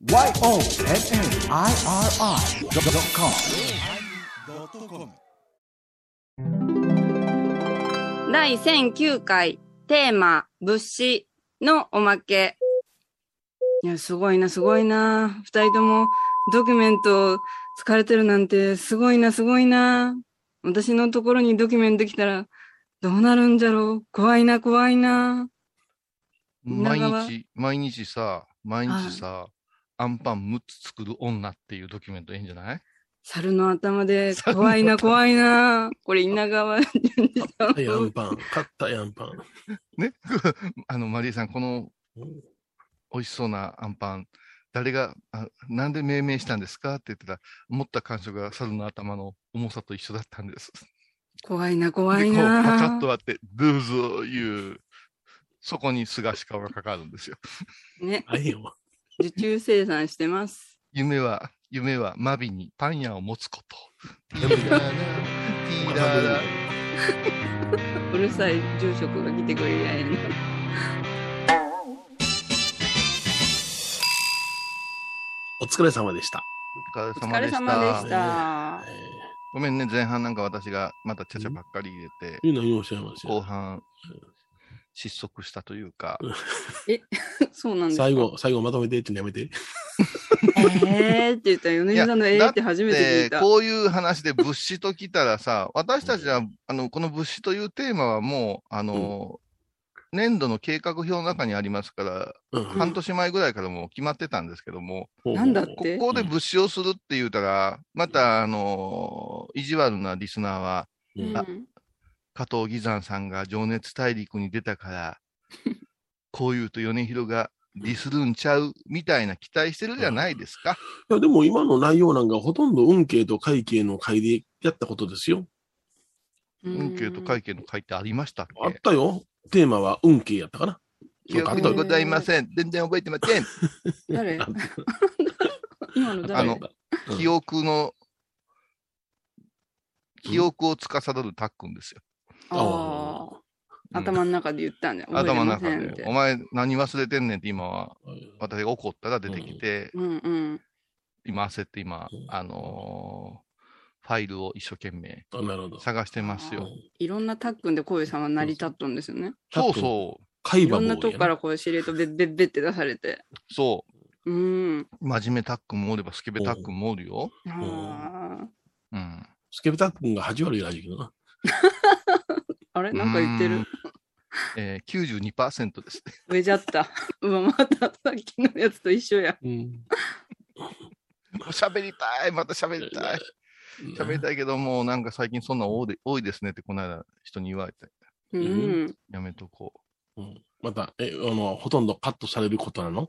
YONNIRI.com 第1009回テーマ物資のおまけ。いや、すごいな。二人ともドキュメント疲れてるなんてすごいな。私のところにドキュメント来たらどうなるんじゃろう。怖いな。 毎日さ、アンパン6つ作る女っていうドキュメントいいんじゃない？ 猿の頭で怖いな。これ稲川淳二さん。 硬いアンパン。 ねマリエさん、この美味しそうなアンパン、誰が、なんで命名したんですかって言ってたら、持った感触が猿の頭の重さと一緒だったんです。 怖いな。 でこうパカッと割って、どうぞいう、そこに菅氏顔がかかるんですよ。 ね。 はいよ。 受注生産してます。 夢はマビにパン屋を持つこと。 うるさい住職が来てくれりゃええの。 お疲れ様でした。 お疲お疲れ様でした。 ごめんね、前半なんか私がまたちゃちゃばっかり入れて、 いいの言いましたよ。 後半、失速したというか。 そうなんですか。 最後まとめてってやめて。 って言ったら、米津さんのって初めて聞いた。 こういう話で物資と来たらさ、私たちは、この物資というテーマはもう、年度の計画表の中にありますから、半年前ぐらいからもう決まってたんですけども、 なんだってここで物資をするって言うたら、また、意地悪なリスナーは、加藤義山さんが情熱大陸に出たから、こう言うと米広がディスるんちゃうみたいな期待してるじゃないですか。 いや、でも今の内容なんかほとんど運慶と会計の会でやったことですよ。 運慶と会計の会ってありましたっけ？ あったよ。テーマは運慶やったかな。 記憶にございません。全然覚えてません。 誰？今の誰？ 記憶を司るタックンですよ。 頭の中で言ったんだよ。 頭の中で。お前何忘れてんねんって今は、私が怒ったら出てきて、今焦ってファイルを一生懸命探してますよ。 いろんなタックンで小江さんは成り立っとんですよね。 そう。 いろんなとこからこう司令とベッって出されて。 そう。真面目タックンもおればスケベタックンもおるよ。 スケベタックンが8割らしいけどな。 あれなんか言ってる。 92% ですね。 上じゃった。またさっきのやつと一緒や。 喋りたい。また喋りたい。喋りたいけども、なんか最近そんな多いですねってこの間人に言われて。やめとこう。また、ほとんどカットされることなの？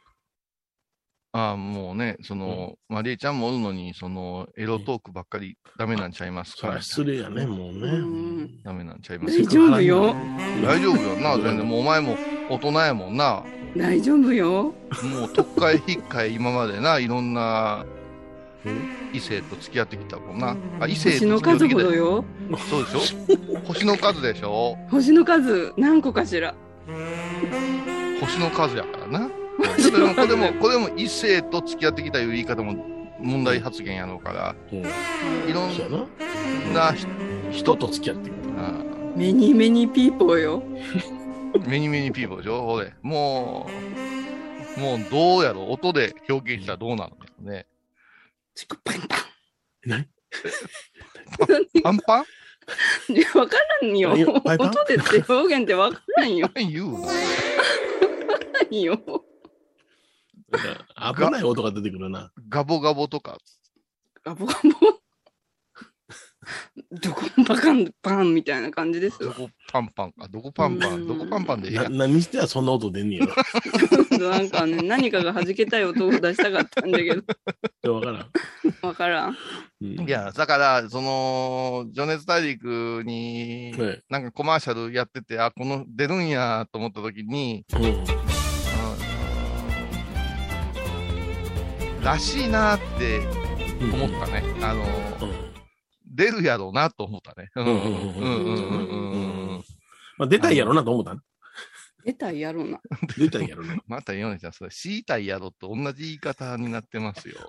もうね、マリエちゃんもおるのに、エロトークばっかりダメなんちゃいますか？ 失礼やね、もうね。 ダメなんちゃいますか？大丈夫よ。 大丈夫よな、全然。もうお前も大人やもんな。 大丈夫よ。 もう特会引っかい今までな、いろんな異性と付き合ってきたもんな。異性星の数ほどよ。 そうでしょ？星の数でしょ？ 星の数何個かしら。 星の数やからな。これも異性と付き合ってきたいう言い方も問題発言やろうから、いろんな人と付き合ってきた。 メニピーポーよ。 メニピーポーでしょ？ほれ、もうどうやろう、音で表現したらどうなのね。 パンパン。 何？ パンパン？ いや、わからんよ。音でって表現ってわからんよ。 何言うの？ わからんよ。 危ない音が出てくるな。 ガボガボとか。 ガボガボどこパンみたいな感じですよ。 どこパンパンでいいや。 何してはそんな音出んねやろ。なんかね、何かが弾けたい音を出したかったんだけど。わからん。 いや、だから、情熱大陸に、なんかコマーシャルやってて、出るんやと思った時に、らしいなって思ったね。出るやろうなと思ったね。 出たいやろうなと思ったね。 出たいやろな。 出たんやろな。 また米ちゃん、それ、知りたいやろと同じ言い方になってますよ。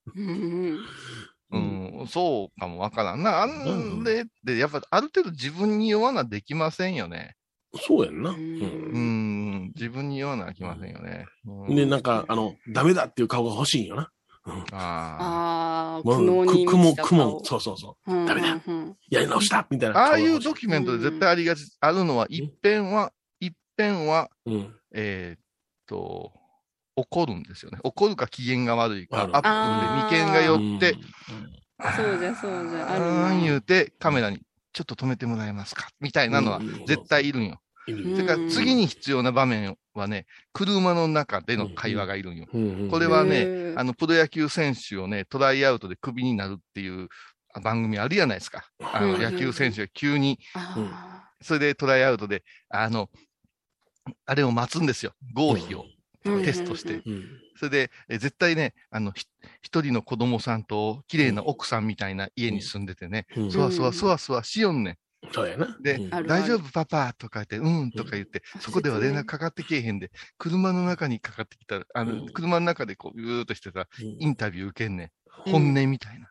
そうかもわからんな。あんで、やっぱある程度自分に弱なできませんよね。 そうやんな。 自分に弱なできませんよね。 で、なんか、ダメだっていう顔が欲しいんよな。 ああ、苦悩に満ちた顔。 そうそうそう。ダメだ。やり直したみたいな。 ああいうドキュメントで絶対あるのは、一遍は、怒るんですよね。怒るか機嫌が悪いか、アップで眉間が寄って、 そうじゃ、そうじゃ、あるな。 な。 言うて、カメラに、ちょっと止めてもらえますかみたいなのは絶対いるんよ。それから次に必要な場面はね、車の中での会話がいるんよ。これはね、プロ野球選手をね、トライアウトでクビになるっていう番組あるじゃないですか。野球選手が急に、それでトライアウトで、あれを待つんですよ。合否をテストして。それで、絶対ね、一人の子供さんと綺麗な奥さんみたいな家に住んでてね、そわそわしよんねん。 そうやな。 で、大丈夫パパとか言って、とか言って、そこでは連絡かかってけえへんで、車の中にかかってきたら、車の中でこう、うーっとしてたら、インタビュー受けんねん。本音みたいなって。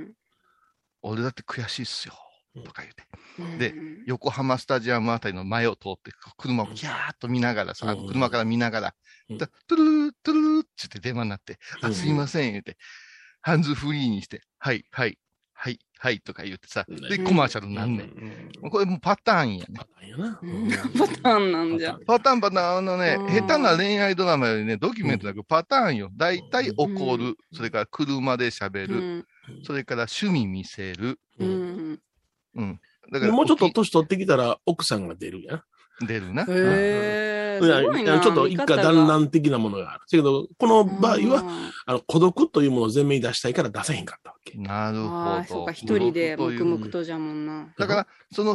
俺だって悔しいっすよ。とか言って。で、横浜スタジアムあたりの前を通って、車をキャーッと見ながらさ、車から見ながら、トゥルー、トゥルーって言って電話になって、すいません、言って、ハンズフリーにして、はい、とか言ってさ、で、コマーシャルになんねん。これもうパターンやね。 パターンなんじゃ。 パターンね、下手な恋愛ドラマよりね、ドキュメントなくパターンよ。だいたい怒る、それから車で喋る、それから趣味見せる。 だからもうちょっと年取ってきたら奥さんが出るやん。 出るな。 ちょっと一家団らん的なものがある。だけど、この場合は、孤独というものを前面に出したいから出せへんかったわけ。 なるほど。 そうか、一人で黙々とじゃもんな。 だから、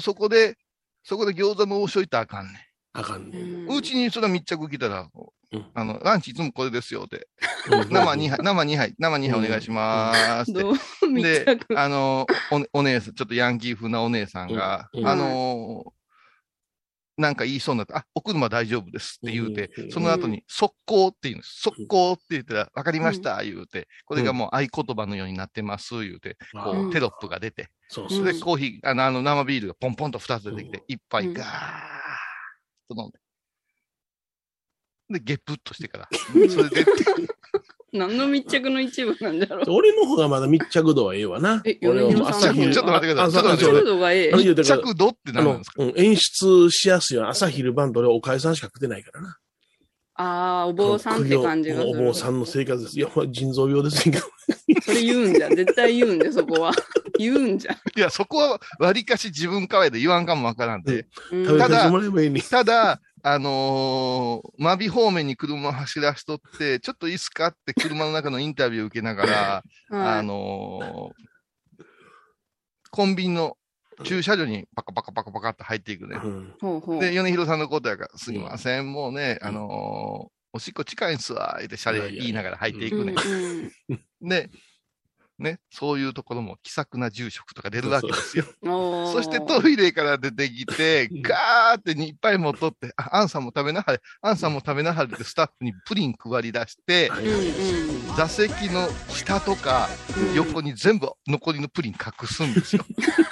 そこで餃子の王将行ったらあかんねん。 あかんねん。 うちにそれ密着来たら、ランチいつもこれですよって。生2杯お願いしますって。で、お姉さん、ちょっとヤンキー風なお姉さんが、なんか言いそうになって、お車大丈夫ですって言うて、その後に、速攻って言うんです。速攻って言ったら、わかりました、言うて、これがもう合言葉のようになってます、言うて、こう、テロップが出て、それでコーヒー、生ビールがポンポンと2つ出てきて、一杯ガーッと飲んで。で、ゲップっとしてから。それで。 何の密着の一部なんだろう。 俺の方がまだ密着度はええわな。 俺は朝昼。ちょっと待ってください。 密着度がええ。 密着度って何なんですか？ 演出しやすいよ。朝昼晩と俺おかえさんしか食ってないからな。 お坊さんって感じがする。 お坊さんの生活です。いや、腎臓病ですけど。 それ言うんじゃ。絶対言うんじゃ、そこは。言うんじゃ。 いや、そこは割かし自分かわで言わんかもわからんで。 ただ、真備方面に車を走らしとって、ちょっといいっすかって車の中のインタビューを受けながら、コンビニの駐車場にパカパカって入っていくね。で、米広さんのことやから、すいません、もうね、おしっこ近いんすわ、ってシャレ言いながら入っていくね。で、ね、そういうところも気さくな住職とか出るわけですよ。そしてトイレから出てきて、ガーっていっぱい持っとって、アンさんも食べなはれってスタッフにプリン配り出して、座席の下とか横に全部残りのプリン隠すんですよ。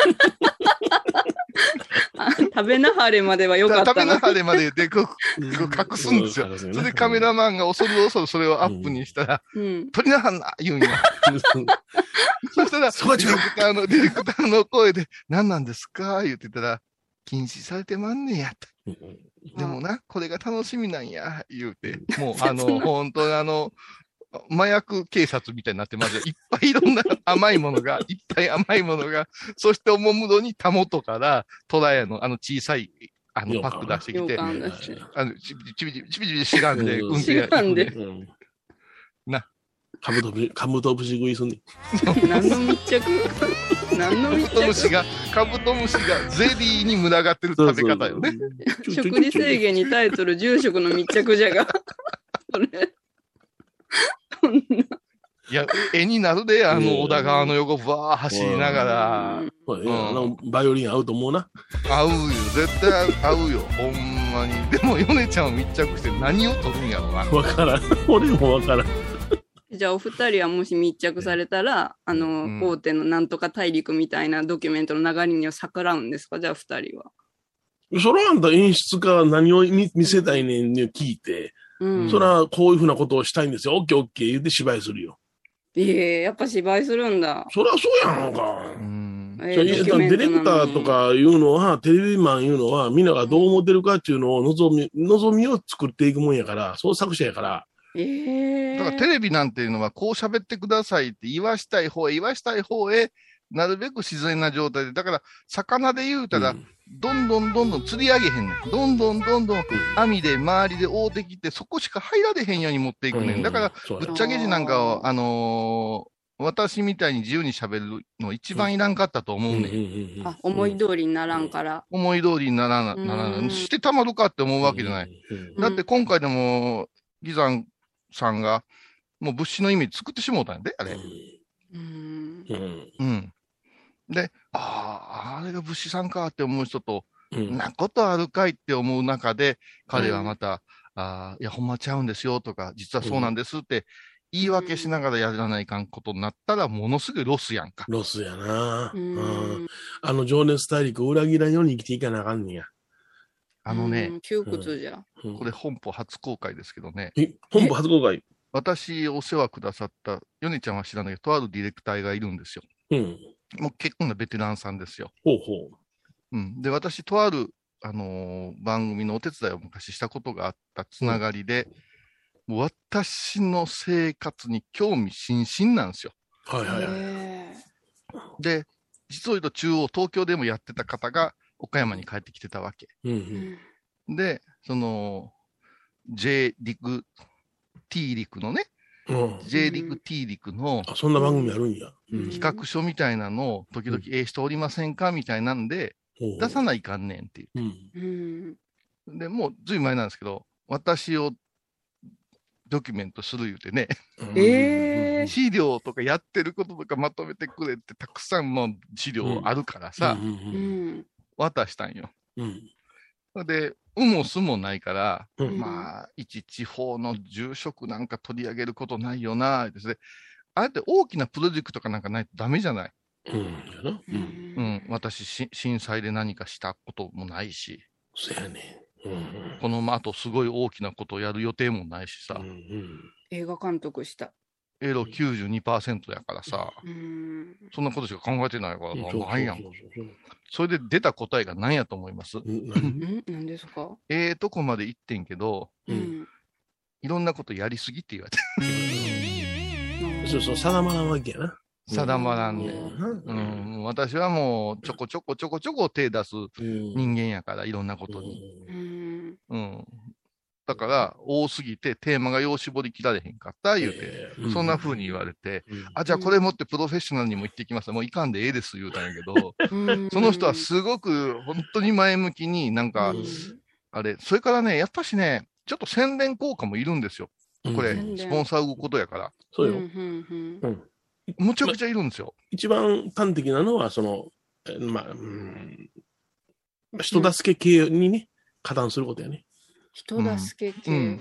食べなはれまではよかったな。 食べなはれまでで隠すんですよ。それでカメラマンが恐るそれをアップにしたら、撮りなはんな、言うんや。そしたら、ディレクターの声で、何なんですか言ってたら、禁止されてまんねやと。でもな、これが楽しみなんや、言うて。もう、本当に麻薬警察みたいになってますよ。いっぱいいろんな甘いものが、そしておもむろにたもとからトラヤの小さいパック出してきて、ちびちびしがんで、な。 カブトムシ食いすんねん。何の密着カブトムシがゼリーに群がってる食べ方よね。 食事制限に対する住職の密着じゃが。それ。 いや、絵になるで、小田川の横、ばー走りながら。 バイオリン合うと思うな。 合うよ、絶対合うよ、ほんまに。でも、ヨネちゃんを密着して何を撮るんやろな。 わからん。俺もわからん。 じゃあ、お二人はもし密着されたら、大手のなんとか大陸みたいなドキュメントの流れには逆らうんですか？じゃあ、二人は。 それはあんた演出家何を見せたいねんに聞いて、それはこういうふうなことをしたいんですよ。オッケーオッケー言って芝居するよ。 やっぱ芝居するんだ。 そりゃそうやんか。 ディディレクターとかいうのは、テレビマンいうのは、みんながどう思ってるかっていうのを望みを作っていくもんやから、そう作者やから。だからテレビなんていうのは、こう喋ってくださいって言わしたい方へ、なるべく自然な状態で。だから、魚で言うたら、どんどん釣り上げへんねん。どんどん網で周りで覆ってきて、そこしか入られへんように持っていくねん。だから、ぶっちゃけ字なんかを、私みたいに自由に喋るの一番いらんかったと思うねん。 思い通りにならんから。 思い通りにならない。してたまるかって思うわけじゃない。だって今回でも、ギザンさんが、もう物資のイメージ作ってしもうたんやで、あれ。で、あれが物資さんかって思う人と、なことあるかいって思う中で、彼はまた、いや、ほんまちゃうんですよとか、実はそうなんですって言い訳しながらやらないかんことになったら、ものすごいロスやんか。 ロスやな。情熱大陸を裏切らんように生きていかなあかんねや。 窮屈じゃ。 これ本邦初公開ですけどね。 本邦初公開？ 私お世話くださった、ヨネちゃんは知らないけど、とあるディレクターがいるんですよ。もう結構なベテランさんですよ。で、私、とある、番組のお手伝いを昔したことがあったつながりで、もう私の生活に興味津々なんですよ。で、実を言うと東京でもやってた方が岡山に帰ってきてたわけ。で、J 陸、T 陸のね、J 陸 T 陸のそんな番組あるんや。 企画書みたいなのを時々しておりませんかみたいなんで出さないかんねんっていう。で、もうずいぶん前なんですけど、私をドキュメントする言うてね、資料とかやってることとかまとめてくれってたくさんの資料あるからさ、渡したんよ。で、もすもないから、まあ、一地方の住職なんか取り上げることないよな、ですね。あえて大きなプロジェクトかなんかないとダメじゃない。私、震災で何かしたこともないし。 そうやね。 この後すごい大きなことをやる予定もないしさ。 映画監督した。 エロ 92% やからさ。そんなことしか考えてないからないやん。それで出た答えが何やと思います？ 何ですか？ とこまで言ってんけど、いろんなことやりすぎって言われて。 そう、定まらんわけやな。 定まらんね。私はもうちょこちょこ手出す人間やから、いろんなことに。だから、多すぎてテーマがよう絞り切られへんかった言うて、そんな風に言われて、じゃあこれ持ってプロフェッショナルにも行ってきます。もういかんでええです言うたんやけど、その人はすごく本当に前向きになんか、それからね、やっぱしね、ちょっと宣伝効果もいるんですよ。これ、スポンサー動くことやから。 そうよ。 むちゃくちゃいるんですよ。 一番端的なのは、人助け系にね、加担することやね。 人助け系。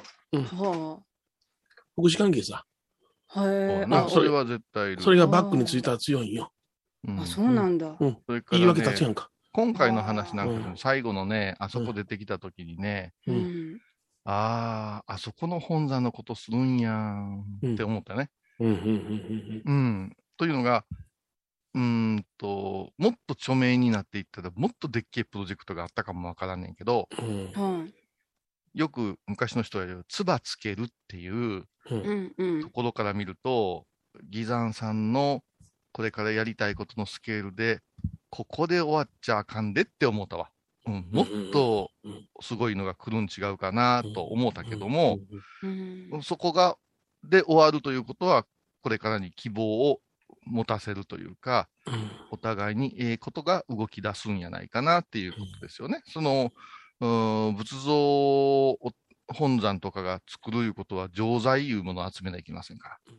福祉関係さ。 それは絶対いる。 それがバックについたら強いんよ。 そうなんだ。 言い訳立つやんか。 今回の話なんかでも最後のね、あそこ出てきたときにね、あそこの本山のことするんやんって思ったね。というのが、もっと著名になっていったら、もっとでっけえプロジェクトがあったかもわからんねんけど、よく昔の人が言う、つばつけるっていうところから見ると、義山さんのこれからやりたいことのスケールで、ここで終わっちゃあかんでって思ったわ。もっとすごいのが来るん違うかなと思ったけども、そこで終わるということは、これからに希望を持たせるというか、お互いにことが動き出すんやないかなっていうことですよね。その、仏像を本山とかが作るいうことは、錠剤いうものを集めないといけませんから。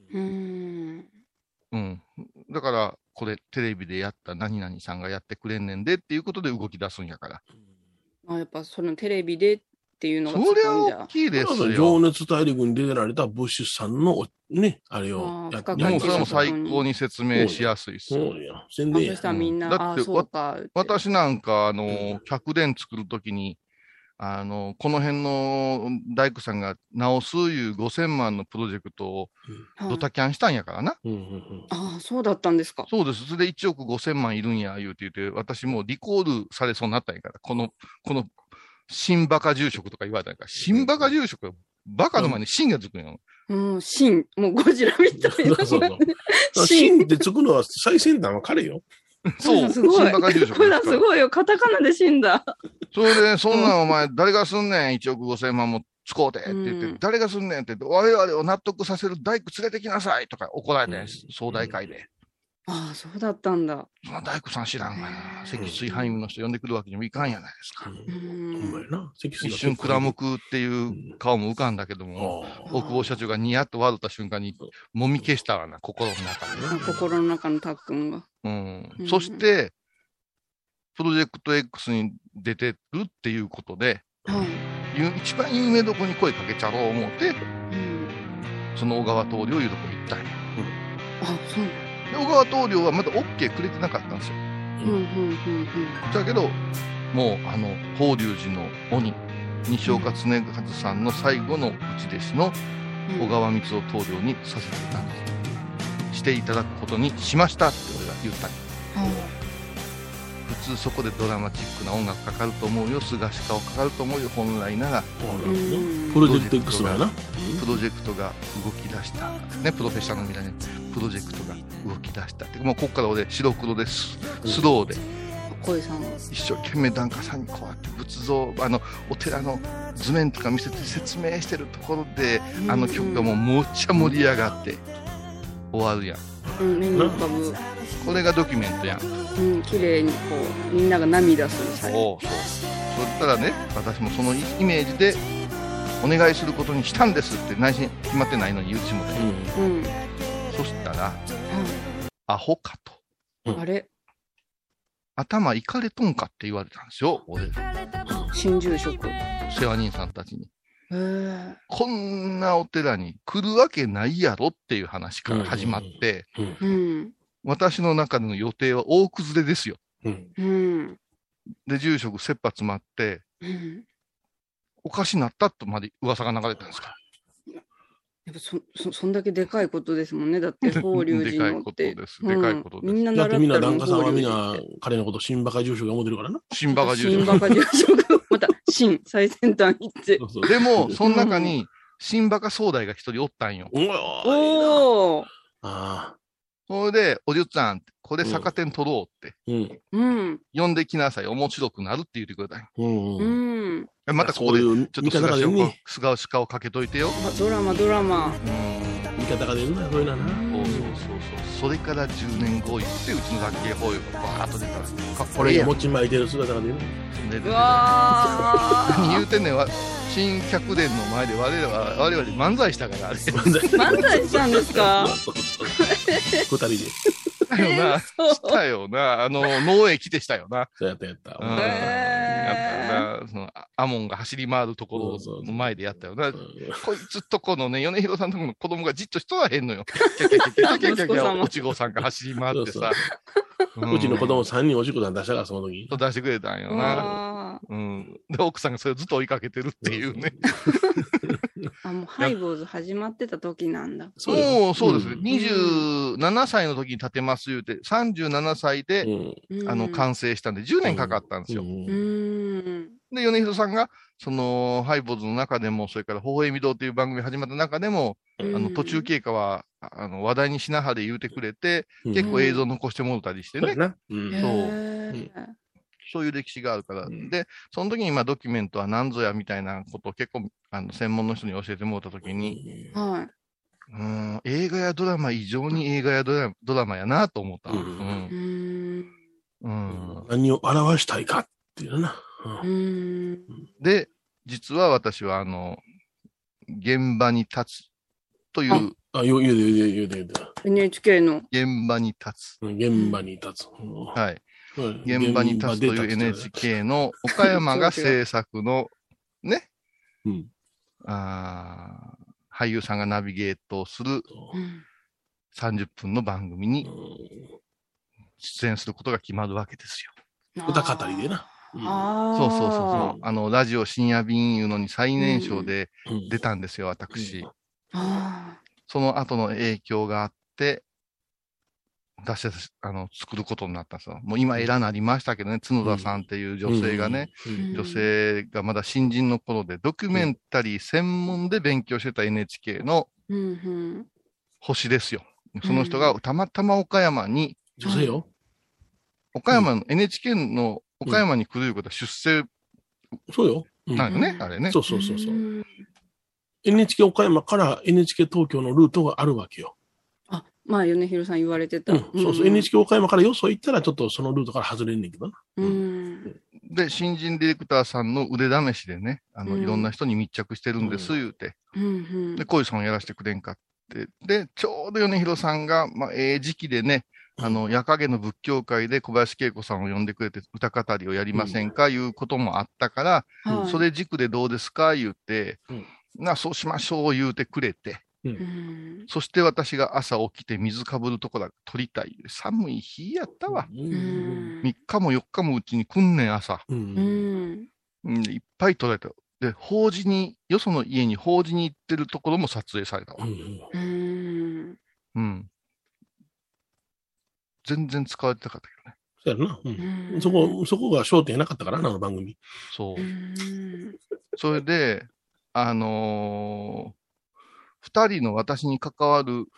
だから、これ、テレビでやった何々さんがやってくれんねんでっていうことで動き出すんやから。 やっぱそのテレビでっていうのがつくんじゃ。 それは大きいですよ。 情熱大陸に出られたブッシュさんのね、あれをやって。 もうそれも最高に説明しやすいっす。 そうや。 そしたらみんな、 だって私なんか、客電作るときに、この辺の大工さんが直すいう5000万のプロジェクトをドタキャンしたんやからな。 そうだったんですか。 そうです。それで1億5000万いるんや、言うて言って、私もうリコールされそうになったんやから。この新バカ住職とか言われたんやから。新バカ住職、バカの前に新がつくんよ。 新、もうゴジラみたいな。 新ってつくのは最先端は彼よ。 そう、新バカ住職。 これはすごいよ。カタカナで死んだ。 それで、そんなんお前、誰がすんねん、1億5000万も使うてって言って、誰がすんねんって言って、我々を納得させる大工連れてきなさいとか怒られて、総大会で。 そうだったんだ。 そんな大工さん知らんがな。積水ハイムの人呼んでくるわけにもいかんやないですか。一瞬くらむくっていう顔も浮かんだけども、大久保社長がニヤッと笑った瞬間に、もみ消したわな、心の中で。 心の中のたっくんが。 そして、プロジェクト X に出てるっていうことで、一番有名どこに声かけちゃろう思って、その小川棟梁いうとこ行ったんよ。 そうで小川棟梁はまだ OK くれてなかったんですよ。だけど、もう法隆寺の鬼、西岡常和さんの最後の内弟子の小川光夫棟梁にさせていたんです。していただくことにしましたって俺が言ったんです。普通そこでドラマチックな音楽かかると思うよ、菅氏顔かかると思うよ、本来なら。 プロジェクト X がな。 プロジェクトが動き出した。ね、プロフェッショナルみたいに、プロジェクトが動き出したって。もうここから俺、白黒です。スローで。一生懸命檀家さんにこうやって仏像、お寺の図面とか見せて説明してるところで、曲がもうむっちゃ盛り上がって終わるやん。 目に浮かぶ。 これがドキュメントやん。 綺麗にこう、みんなが涙する最後。 そう。そしたらね、私もそのイメージで、お願いすることにしたんですって内心決まってないのに言うちもね。そしたら、アホかと。 あれ頭いかれとんかって言われたんですよ、俺。 新住職。 世話人さんたちに。こんなお寺に来るわけないやろっていう話から始まって、私の中での予定は大崩れですよ。で、住職切羽詰まって、おかしなったとまで噂が流れたんですから。 やっぱそんだけでかいことですもんね。だって法隆寺のって。 でかいことです。でかいことです。 みんなだってみんな檀家さんはみんなな彼のこと新バカ住職が思ってるからな。 新バカ住職。 新バカ住職。また新最先端行って。 でも、その中に新バカ総代が一人おったんよ。 おー。 それで、おじゅっさん、これ逆転取ろうって。呼んできなさい。面白くなるって言ってくれたんよ。またここで、ちょっと菅氏顔かけといてよ。 ドラマ。 味方が出るな、そういうのはな。 それから10年後言って、うちの学芸法要がバーッと出たら、 これが持ち巻いてる姿が出る。 何言うてんねん、新客殿の前で我々漫才したから、あれ。 漫才したんですか二人で。 したよな。農営来てしたよな。 そうやった。 そのアモンが走り回るところの前でやったよな。こいつとこのね、米広さんとこの子供がじっとしとらへんのよ。キャキャ、おちごさんが走り回ってさ。 うちの子供3人おしっこさん出したから、その時。 出してくれたんよな。で、奥さんがそれをずっと追いかけてるっていうね。 もうハイボーズ始まってた時なんだ。 もうそうですね。27歳の時に建てます言うて、37歳で、完成したんで、10年かかったんですよ。で、米広さんが、その、ハイボーズの中でも、それから、微笑み堂という番組始まった中でも、途中経過は、話題にしなはれ言うてくれて、結構映像残してもらったりしてね。そういう歴史があるから。で、その時にドキュメントは何ぞやみたいなことを結構、専門の人に教えてもらった時に、映画やドラマ以上に映画やドラマやなと思った。 何を表したいかっていうな。 で、実は私は現場に立つという。 言う。 NHK の。 現場に立つ。 現場に立つ。 はい。現場に立つという NHK の岡山が制作のね、俳優さんがナビゲートをする30分の番組に出演することが決まるわけですよ。 歌語りでな。 そう。ラジオ深夜便いうのに最年少で出たんですよ、私。その後の影響があって、作ることになったんですよ。もう今、偉なりましたけどね、角田さんっていう女性がね、女性がまだ新人の頃で、ドキュメンタリー専門で勉強してた NHK の星ですよ。その人がたまたま岡山に、 女性よ。 岡山の、NHK の岡山に来るいうことは出世そうよ。 なんよね、あれね。 そう。NHK 岡山から NHK 東京のルートがあるわけよ。 米広さん言われてた。 NHK 岡山からよそ行ったらちょっとそのルートから外れんねんけどな。 で、新人ディレクターさんの腕試しでね、いろんな人に密着してるんです、言うて。で、こういうさんをやらせてくれんかって。で、ちょうど米広さんが、時期でね、夜影の仏教会で小林恵子さんを呼んでくれて歌語りをやりませんか、いうこともあったから、それ軸でどうですか言うて、そうしましょう言うてくれて、そして私が朝起きて水かぶるとこだ撮りたい。寒い日やったわ。3日も4日もうちに来んねん、朝。いっぱい撮られた。で、よその家に法事に行ってるところも撮影されたわ。全然使われてなかったけどね。そうやな。そこが焦点なかったからな、あの番組。 そう。それで、2人の私に関わる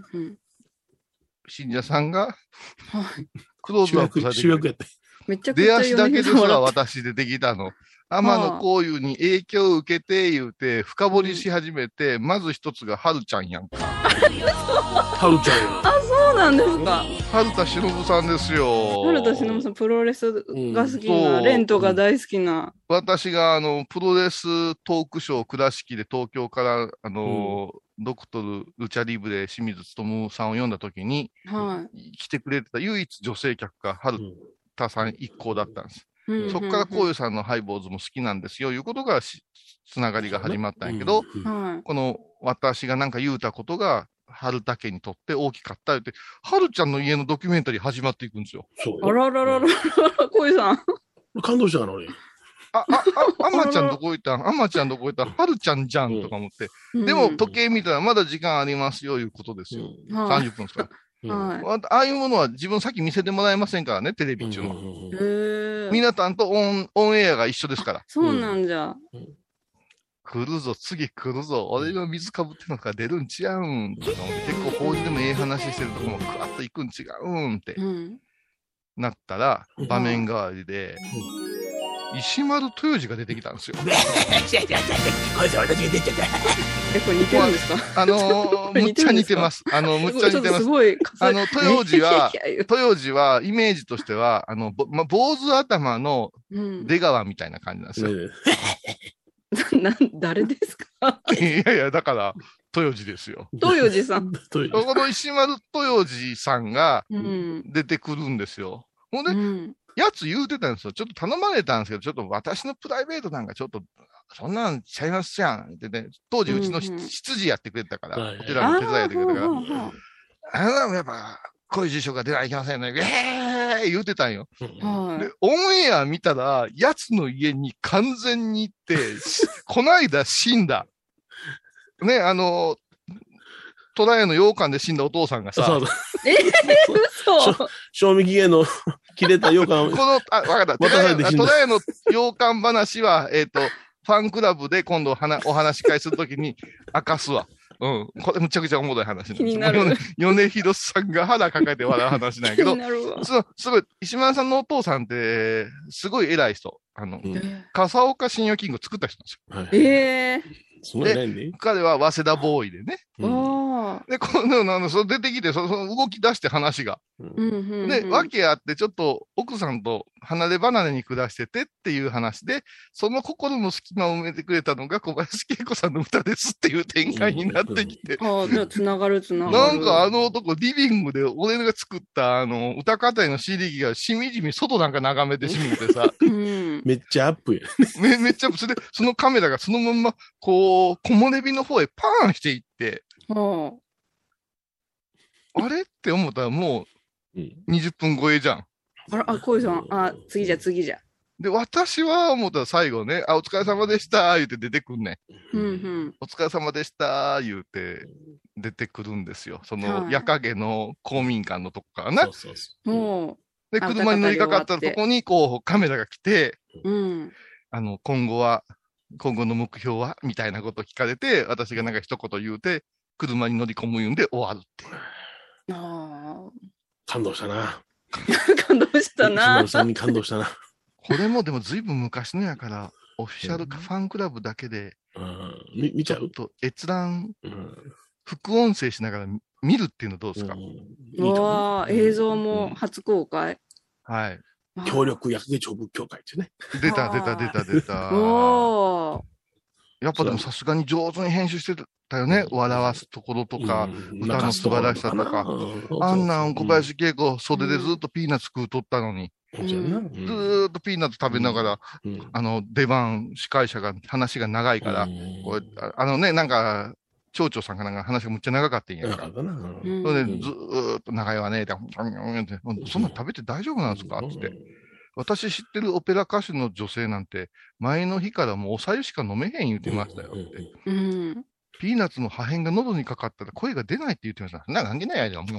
信者さんが、クローズアップされて主役やって。 出足だけですら私でできたの。天野幸雄に影響を受けて言うて、深掘りし始めて、まず一つが春ちゃんやんか。 春ちゃんや。 そうなんですか。 春田忍さんですよ。 春田忍さん、プロレスが好きな、レントが大好きな。 私が、プロレストークショー倉敷で東京から、ドクトル・ルチャリブレ清水勉さんを読んだときに、来てくれてた唯一女性客が春田さん一行だったんです。そこからこういうさんのハイボーズも好きなんですよ、いうことがつながりが始まったんやけど、この私がなんか言うたことが、春田家にとって大きかったって、春ちゃんの家のドキュメンタリー始まっていくんですよ。 あららららら、こういうさん。 感動したから俺。 あまちゃんどこ行ったんあまちゃんどこ行ったん春ちゃんじゃんとか思って。でも時計見たらまだ時間ありますよ、いうことですよ。30分ですから。ああいうものは自分さっき見せてもらえませんからね、テレビ中の。皆さんとオンエアが一緒ですから。 そうなんじゃ。 来るぞ、次来るぞ、俺の水かぶってのから出るん違うんとか思って、結構法事でもええ話してるとこもクワッと行くん違うんって、なったら、場面代わりで、石丸豊次が出てきたんですよ。 これ似てるんですか？ むっちゃ似てます。むっちゃ似てます。豊次は、イメージとしては、坊主頭の出川みたいな感じなんですよ。 誰ですか？ いや、だから、豊次ですよ。 豊次さん。この石丸豊次さんが出てくるんですよ。ほんで、やつ言うてたんですよ。ちょっと頼まれたんですけど、ちょっと私のプライベートなんかちょっと、そんなんちゃいますやん。ってね、当時うちの執事やってくれてたから、お寺の手伝いやってくれてたから、やっぱ、こういう住所が出ないといけませんね。言うてたんよ。で、オンエア見たら、やつの家に完全に行って、こないだ死んだ。ね、戸田屋の羊羹で死んだお父さんがさ。 嘘賞味期限の切れた羊羹。 わかった。戸田屋の羊羹話は、ファンクラブで今度お話し会するときに明かすわ。これむちゃくちゃおもろい話なんですよ。米広さんが腹抱えて笑う話なんやけど、すごい、石丸さんのお父さんって、すごい偉い人。笠岡信用金庫作った人なんですよ。 その偉いね。 彼は早稲田ボーイでね。 で、そ出てきて、その動き出して話が。で、訳あって、ちょっと奥さんと離れ離れに暮らしててっていう話で、その心の隙間を埋めてくれたのが小林恵子さんの歌ですっていう展開になってきて。 じゃあ、つながる。 なんかあの男、リビングで俺が作った歌語りの CD 機がしみじみ外なんか眺めてしみてさ。 めっちゃアップや。 めっちゃアップ。それで、そのカメラがそのまんま、こう、木漏れ日の方へパーンしていって、あれって思ったらもう20分超えじゃん。 小井さん、次じゃ。 で、私は思ったら最後ね、お疲れ様でした言うて出てくんね。お疲れ様でした言うて出てくるんですよ。その、夜影の公民館のとこからな。で、車に乗りかかったとこに、こう、カメラが来て、今後の目標はみたいなことを聞かれて、私がなんか一言言うて、車に乗り込む言うんで終わるっていう。 感動したな。 感動したな。 石丸さんに感動したな。 これもでもずいぶん昔のやから、オフィシャルファンクラブだけで、 見ちゃうと閲覧、副音声しながら見るっていうのどうですか？ 映像も初公開。 はい。 協力薬芸長仏協会ってね。 出た。やっぱでもさすがに上手に編集してたよね。笑わすところとか、歌の素晴らしさとか。あんなん小林恵子袖でずっとピーナッツ食うとったのに。ずーっとピーナッツ食べながら、出番、司会者が話が長いから、なんか、町長さんかなんか話がむっちゃ長かったんやから。それでずーっと長いわね、そんなん食べて大丈夫なんですかって。私知ってるオペラ歌手の女性なんて、前の日からもうおさゆしか飲めへん言ってましたよって。ピーナッツの破片が喉にかかったら声が出ないって言ってました。なんでないやん。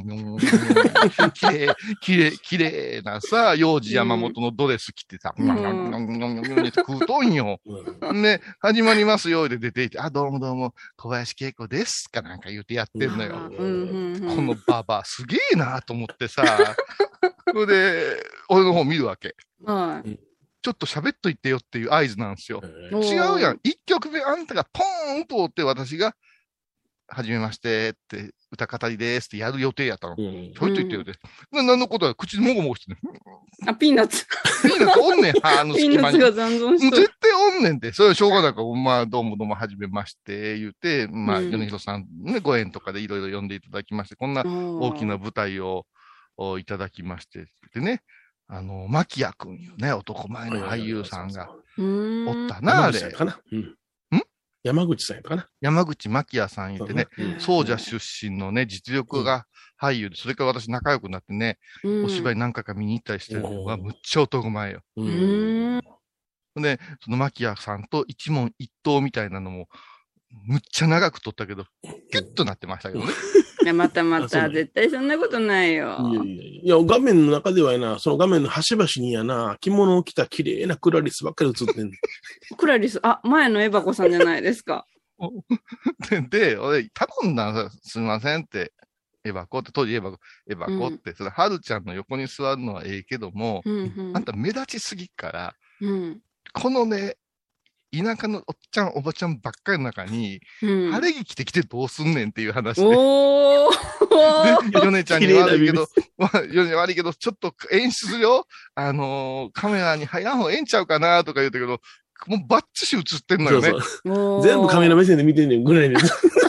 綺麗なさ、幼児山本のドレス着てさ、食うとんよ。で、始まりますよで出ていて、どうも、小林恵子ですかなんか言ってやってんのよ。このババアすげえなと思ってさ、それで、俺の方見るわけ。ちょっと喋っといてよっていう合図なんですよ。違うやん。一曲目あんたがポーンとって私が、はじめましてって、歌語りですってやる予定やったの。ちょいと言ってよって。何のことは口もごもごしてね。 ピーナッツ。 ピーナッツおんねん、歯の隙間に。 ピーナッツが残存して絶対おんねんって。それはしょうがないから、どうもはじめまして言って、米広さんね、ご縁とかでいろいろ呼んでいただきまして、こんな大きな舞台をいただきまして、でね、牧谷くんいうね、男前の俳優さんがおったな、あれ。 山口さんやったかな。 山口牧谷さん言ってね、総社出身のね、実力が俳優で、それから私仲良くなってね、お芝居何回か見に行ったりしてるのがむっちゃ男前よ。で、その牧谷さんと一問一答みたいなのも、むっちゃ長く撮ったけど、キュッとなってましたけどね。 いや、また、絶対そんなことないよ。 いや、画面の中ではやな、その画面の端々にやな、着物を着た綺麗なクラリスばっかり映ってんの。 クラリス、前のエバコさんじゃないですか。 で、俺、頼んだんすみませんって、エバコって、当時エバコって、それ、はるちゃんの横に座るのはええけども、あんた目立ちすぎから、このね、田舎のおっちゃん、おばちゃんばっかりの中に、晴れ着着てきてどうすんねんっていう話で。で、米ちゃんに悪いけど、ちょっと演出するよ。カメラに入らん方がええんちゃうかなとか言うたけど、もうバッチシ映ってんのよね。 全部カメラ目線で見てんねんぐらいです。す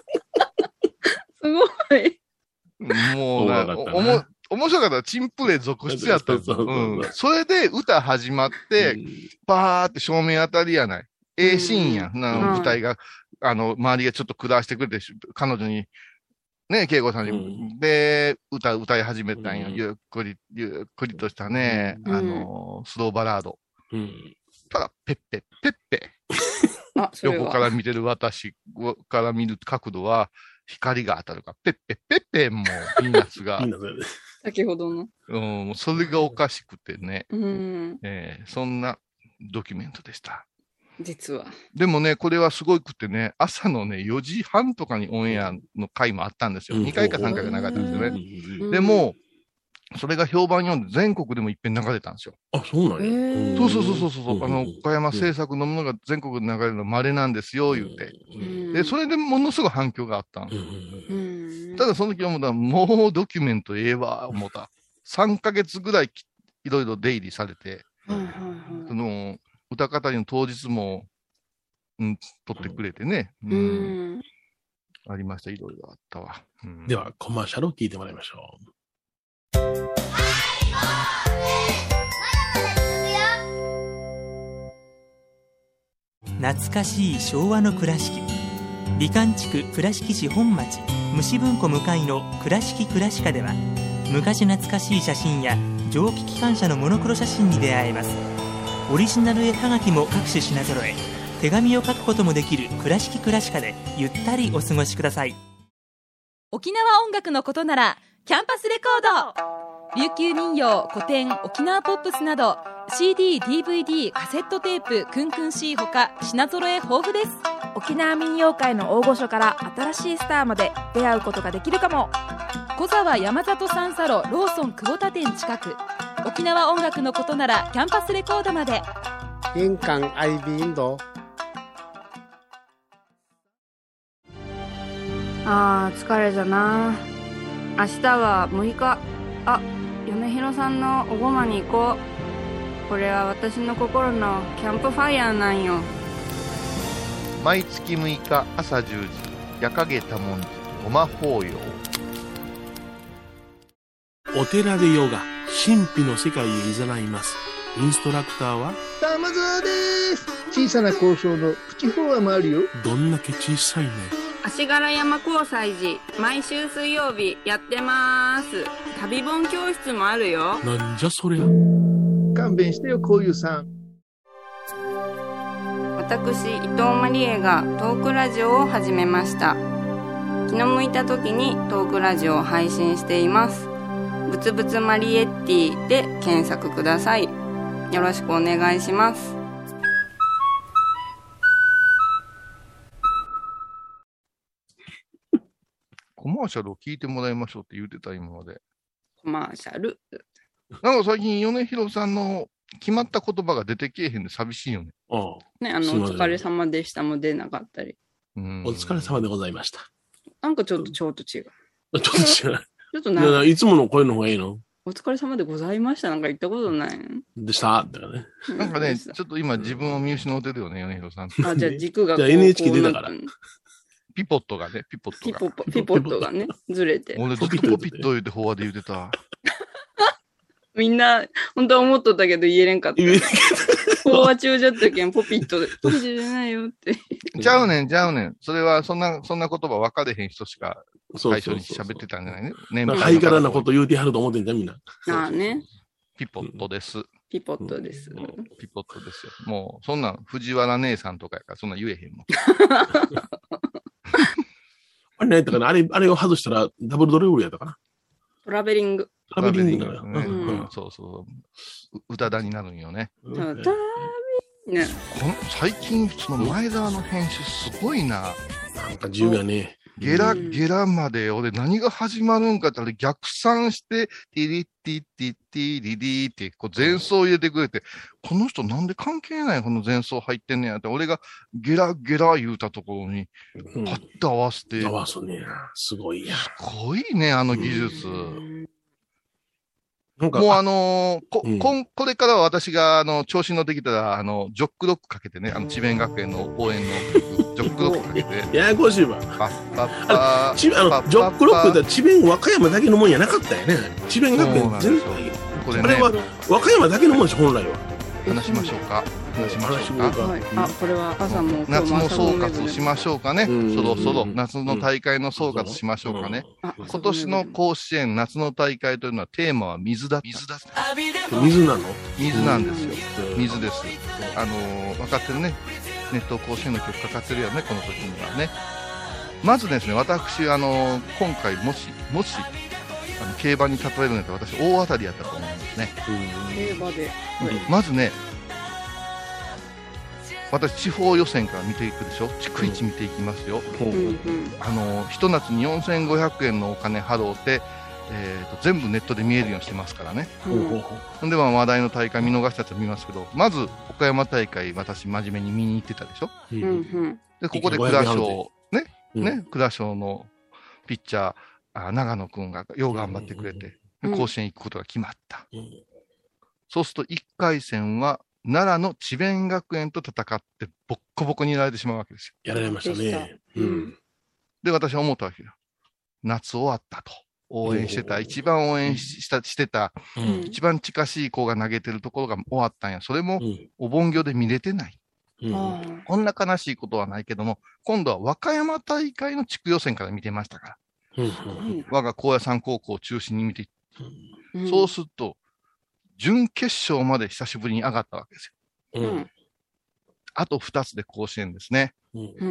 ごい。 もう面白かったら、チンプレイ続出やったんですよ。それで歌始まって、パーって正面あたりやない。シーンやん。舞台が、周りがちょっと下してくれて、彼女に、ね、恵子さんに、で、歌い始めたんや。ゆっくりとしたね、スローバラード。ただ、ペッペ。横から見てる私から見る角度は、光が当たるか、ペッペもう、ピーナッツが。 先ほどの。 それがおかしくてね。そんなドキュメントでした。 実は。 でもね、これはすごくてね、朝のね、4時半とかにオンエアの回もあったんですよ。2回か3回がなかったんですよね。でも、 それが評判読んで全国でもいっぺん流れたんですよ。 あ、そうなんや。 そう。岡山製作のものが全国で流れるの稀なんですよ、言うて。で、それでものすごい反響があったん。ただその時思ったら、もうドキュメントええわ、思った。3ヶ月ぐらいいろいろ出入りされて、その、歌語りの当日も、撮ってくれてね。ありました、いろいろあったわ。 では、コマーシャルを聞いてもらいましょう。 懐かしい昭和の倉敷、美観地区倉敷市本町虫文庫向かいの倉敷倉歯科では、昔懐かしい写真や蒸気機関車のモノクロ写真に出会えます。オリジナル絵はがきも各種品揃え、手紙を書くこともできる倉敷倉歯科でゆったりお過ごしください。 沖縄音楽のことならキャンパスレコード。琉球民謡、古典、沖縄ポップスなど CD、DVD、カセットテープ、クンクン C ほか品揃え豊富です。 沖縄民謡界の大御所から新しいスターまで出会うことができるかも。 小沢山里三佐路ローソン久保田店近く。沖縄音楽のことならキャンパスレコードまで。 印港 IB 印度。 疲れじゃな。明日は6日。米広さんのおごまに行こう。これは私の心のキャンプファイヤーなんよ。 毎月6日朝10時、夜影多文字ごま法要。 お寺でヨガ、神秘の世界へ誘います。インストラクターは玉沢です。小さな交渉のプチフォアもあるよ。 どんだけ小さいね。 足柄山交際時、毎週水曜日やってます。旅本教室もあるよ。 なんじゃそりゃ。 勘弁してよ、こういうさん。 私、伊藤マリエがトークラジオを始めました。気の向いた時にトークラジオを配信しています。ぶつぶつマリエッティで検索ください。よろしくお願いします。 コマーシャルを聞いてもらいましょうって言ってた今まで。 コマーシャル。 なんか最近米広さんの決まった言葉が出てけえへんで寂しいよね。 ね、お疲れ様でしたも出なかったり。 お疲れ様でございました。 なんかちょっと違う。 ちょっと違う。 ちょっといつもの声の方がいいの？ お疲れ様でございましたなんか言ったことないのでしただからね。 なんかね、ちょっと今自分を見失ってるよね、米広さん。 じゃあ軸がじゃあ NHK 出たから。 ピポットがね、ピポットがね、ずれて。 俺ずっとポピット言うて法話で言うてた。 みんな、本当は思っとったけど言えれんかった。法話中じゃったけん、ポピットで。ポピットじゃないよって。 ちゃうねん。それは、そんな言葉分かれへん人しか最初に喋ってたんじゃないね。 ハイカラなこと言うてはると思ってんじゃん、みんな。 ね。 ピポットです。 ピポットです。 ピポットですよ。もう、そんな藤原姉さんとかやから、そんな言えへんもん。 あれ何やったかな、あれを外したらダブルドリブルやったかな。 トラベリング。 トラベリングだね。そう。宇多田になるんよね。 ね。 最近、その前澤の編集すごいな。 なんか自由やね。 ゲラまで俺何が始まるんかってあれ逆算して、ティリッティッティッティリリーってこう前奏入れてくれて、この人なんで関係ないこの前奏入ってんねやって、俺がゲラ言うたところに、パッと合わせて。 合わすね。すごいや。 すごいね、あの技術。もうこれからは私が、調子に乗ってきたら、ジョックロックかけてね、智弁学園の応援の曲、ジョックロックかけて。 ややこしいわ。ジョックロックって智弁和歌山だけのもんやなかったよね。智弁学園全体。あれは和歌山だけのもんでしょ、本来は。 話しましょうか。 これは朝も夏の総括しましょうかね。そろそろ夏の大会の総括しましょうかね。今年の甲子園夏の大会というのはテーマは水だ。 水なの？ 水なんですよ。水です。分かってるね。熱湯甲子園の曲かかってるよね、この時にはね。まずですね、私、今回もし、競馬に例えるんだったら私、大当たりやったと思うんですね。 競馬で。 まずね、私、地方予選から見ていくでしょ。逐一見ていきますよ。ひと夏に4500円のお金払うて、 全部ネットで見えるようにしてますからね。ほんで話題の大会見逃したやつ見ますけど、まず岡山大会私真面目に見に行ってたでしょ。でここで倉賞倉賞のピッチャー長野くんがよう頑張ってくれて、甲子園行くことが決まった。そうすると1回戦は奈良の智弁学園と戦ってボッコボコにやられてしまうわけですよ。やられましたね。 で私は思ったわけよ。夏終わったと。応援してた、一番応援してた、一番近しい子が投げてるところが終わったんや。それもお盆業で見れてない。こんな悲しいことはないけども、今度は和歌山大会の地区予選から見てましたから。我が高野山高校を中心に見て、そうすると、準決勝まで久しぶりに上がったわけですよ。あと2つで甲子園ですね。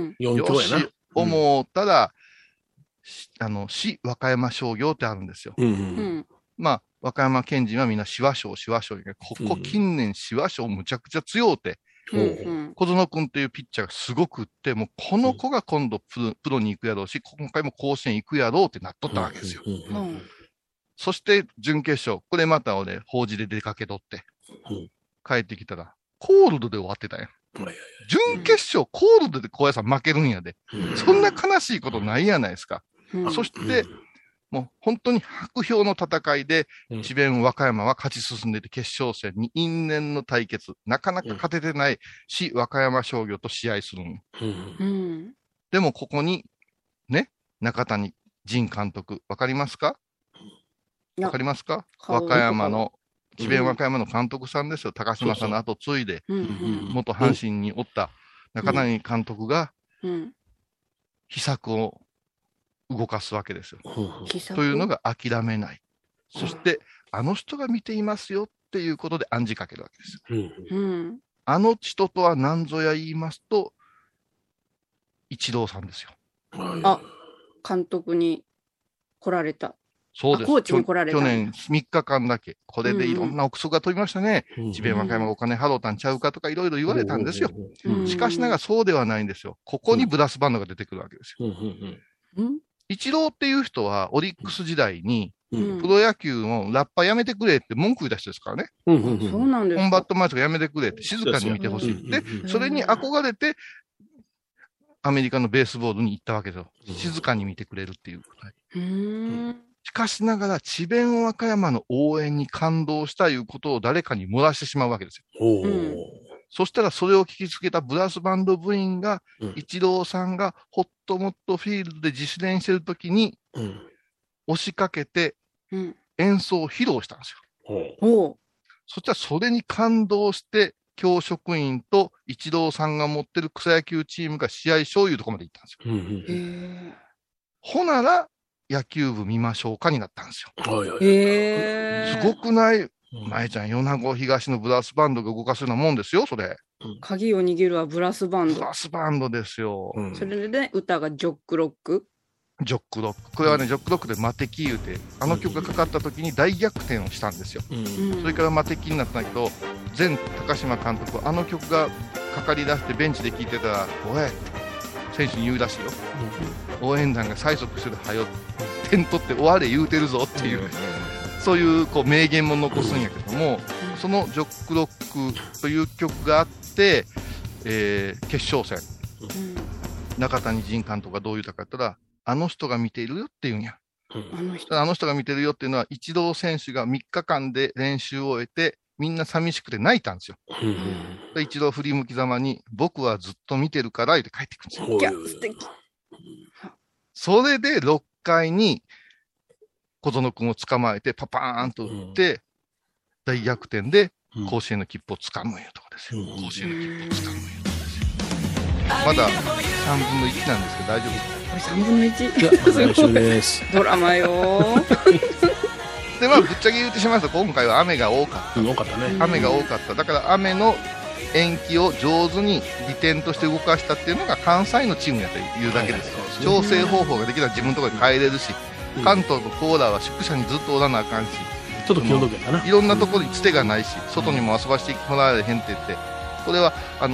4強やな。 思ったら、市和歌山商業ってあるんですよ。まあ、和歌山県人はみんな市和商、ここ近年市和商むちゃくちゃ強うて、小園君っていうピッチャーがすごくって、もうこの子が今度プロに行くやろうし、今回も甲子園行くやろうってなっとったわけですよ。そして準決勝、これまた俺、法事で出かけとって、帰ってきたら、コールドで終わってたよ。準決勝、コールドで高野山負けるんやで。そんな悲しいことないやないですか。そして、もう本当に薄氷の戦いで、智弁和歌山は勝ち進んでいて、決勝戦に因縁の対決、なかなか勝ててない市和歌山商業と試合するん。でもここに、ね、中谷仁監督、わかりますか？わかりますか？和歌山の、智弁和歌山の監督さんですよ。高島さんの後継いで、元阪神におった中谷監督が、秘策を動かすわけですよ。というのが諦めない。そして、あの人が見ていますよっていうことで暗示かけるわけですよ。あの人とは何ぞや言いますと、一郎さんですよ。 監督に来られた。 そうです。 コーチに来られた。 去年3日間だけ。これでいろんな憶測が飛びましたね。智弁和歌山がお金払うたんちゃうかとかいろいろ言われたんですよ。しかしながらそうではないんですよ。ここにブラスバンドが出てくるわけですよ。一郎っていう人はオリックス時代に、プロ野球のラッパやめてくれって文句言い出した人ですからね。 そうなんですか。 コンバットマイスがやめてくれって静かに見てほしい。で、それに憧れて、アメリカのベースボールに行ったわけですよ。静かに見てくれるっていう。しかしながら、智弁和歌山の応援に感動したいうことを誰かに漏らしてしまうわけですよ。そしたらそれを聞きつけたブラスバンド部員が、一郎さんがホットモットフィールドで自主練してるときに、押しかけて演奏を披露したんですよ。そしたらそれに感動して、教職員と一郎さんが持ってる草野球チームが試合勝いうところまで行ったんですよ。ほなら、野球部見ましょうかになったんですよ。すごくない？前ちゃん、米子東のブラスバンドが動かすようなもんですよ、それ。 鍵を握るはブラスバンド。 ブラスバンドですよ。 それでね、歌がジョックロック。 ジョックロック。これはね、ジョックロックでマテキ言うて、あの曲がかかった時に大逆転をしたんですよ。それからマテキになったんだけど、前高島監督はあの曲がかかり出してベンチで聴いてたら、おい、選手に言うらしいよ。応援団が催促してるはよ、点取って終われ言うてるぞっていう、そういうこう名言も残すんやけども、そのジョックロックという曲があって、決勝戦、中谷仁監督がどう言ったかって言ったら、あの人が見ているよっていうんや。あの人が見てるよっていうのは、一郎選手が3日間で練習を終えて、みんな寂しくて泣いたんですよ。一郎振り向きざまに、僕はずっと見てるからって帰ってくるんですよ。 素敵。 それで6回に小園君を捕まえてパパーンと打って、大逆転で甲子園の切符をつかむいうとこですよ。甲子園の切符をつかむいうとこですよ。まだ3分の1なんですけど大丈夫ですか ？3分の 1？ すごいです。 ドラマよで、まあ、ぶっちゃけ言ってしまうと、今回は雨が多かった。 多かったね。 雨が多かった。だから雨の延期を上手に利点として動かしたっていうのが関西のチームやというだけですよ。調整方法ができたら自分のところに帰れるし、関東のコーラは宿舎にずっとおらなあかんし、 ちょっと気の毒やな。 いろんなところにつてがないし、外にも遊ばしてもらえへんって言って、 これは、